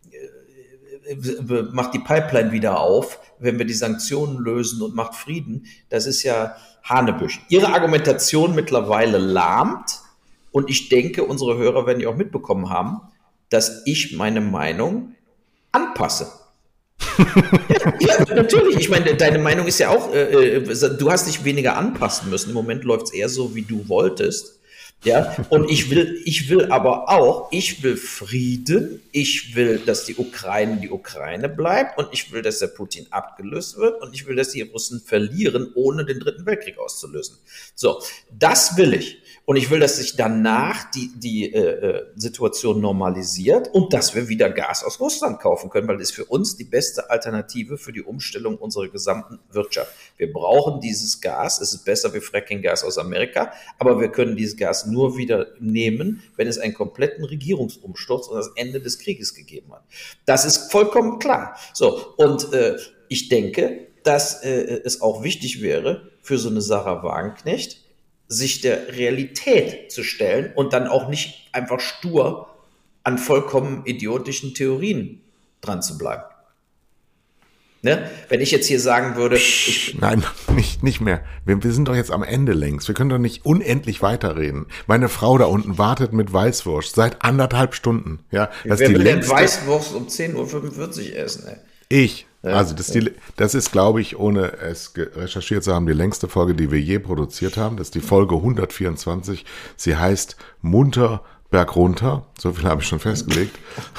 äh, macht die Pipeline wieder auf, wenn wir die Sanktionen lösen und macht Frieden. Das ist ja Hanebüchen. Ihre Argumentation mittlerweile lahmt und ich denke, unsere Hörer werden ja auch mitbekommen haben, dass ich meine Meinung anpasse. ja, ja, natürlich. Ich meine, deine Meinung ist ja auch, äh, du hast dich weniger anpassen müssen. Im Moment läuft es eher so, wie du wolltest. Ja, und ich will, ich will aber auch, ich will Frieden, ich will, dass die Ukraine die Ukraine bleibt und ich will, dass der Putin abgelöst wird und ich will, dass die Russen verlieren, ohne den Dritten Weltkrieg auszulösen. So, das will ich. Und ich will, dass sich danach die, die äh, Situation normalisiert und dass wir wieder Gas aus Russland kaufen können, weil das ist für uns die beste Alternative für die Umstellung unserer gesamten Wirtschaft. Wir brauchen dieses Gas. Es ist besser wie Fracking-Gas aus Amerika, aber wir können dieses Gas nur wieder nehmen, wenn es einen kompletten Regierungsumsturz und das Ende des Krieges gegeben hat. Das ist vollkommen klar. So, und äh, ich denke, dass äh, es auch wichtig wäre für so eine Sarah Wagenknecht, sich der Realität zu stellen und dann auch nicht einfach stur an vollkommen idiotischen Theorien dran zu bleiben. Ne? Wenn ich jetzt hier sagen würde... Ich Nein, nicht, nicht mehr. Wir, wir sind doch jetzt am Ende längst. Wir können doch nicht unendlich weiterreden. Meine Frau da unten wartet mit Weißwurst seit anderthalb Stunden. Ja, das Wer ist die will längste... denn Weißwurst um zehn Uhr fünfundvierzig essen? Ey? Ich. Also das, die, das ist, glaube ich, ohne es recherchiert zu haben, die längste Folge, die wir je produziert haben. Das ist die Folge hundertvierundzwanzig. Sie heißt Munter bergunter. So viel habe ich schon festgelegt.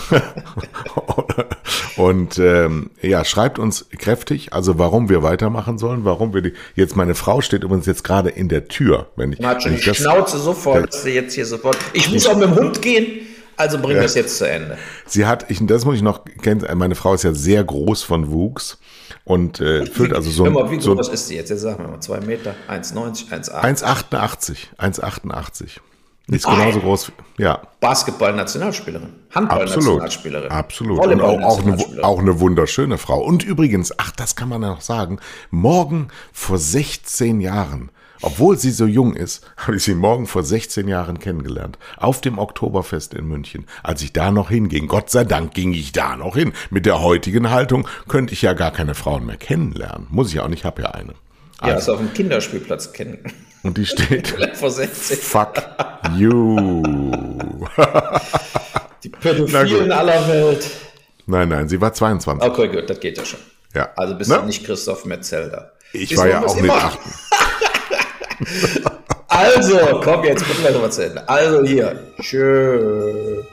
Und ähm, ja, schreibt uns kräftig, also warum wir weitermachen sollen, warum wir die. Jetzt meine Frau steht übrigens jetzt gerade in der Tür. Wenn ich, Man hat schon wenn die ich Schnauze so voll, dass sie jetzt hier sofort. Ich muss auch mit dem Hund gehen. Also bringen wir es jetzt zu Ende. Sie hat, ich, das muss ich noch kennen, meine Frau ist ja sehr groß von Wuchs und äh, füllt also so ein... Hör mal, wie so groß ist sie jetzt? Jetzt sagen wir mal, zwei Meter, eins neunzig, eins achtzig. eins achtundachtzig, eins achtundachtzig. Ist genauso groß, ja. Basketball-Nationalspielerin, Handball-Nationalspielerin. Absolut, absolut. Und auch, auch, eine, auch eine wunderschöne Frau. Und übrigens, ach, das kann man ja noch sagen, morgen vor sechzehn Jahren, obwohl sie so jung ist, habe ich sie morgen vor sechzehn Jahren kennengelernt. Auf dem Oktoberfest in München. Als ich da noch hinging. Gott sei Dank ging ich da noch hin. Mit der heutigen Haltung könnte ich ja gar keine Frauen mehr kennenlernen. Muss ich auch nicht, habe ja eine. Also, ja, ist auf dem Kinderspielplatz kennen. Und die steht, vor sechzehn. Fuck you. Die Pädophilen aller Welt. Nein, nein, sie war zweiundzwanzig. Okay, gut, das geht ja schon. Ja. Also bist ne? du nicht Christoph Metzelder. Ich Bist war ja auch mit achten. Also, komm, jetzt gucken wir nochmal zu Ende. Also hier. Tschö.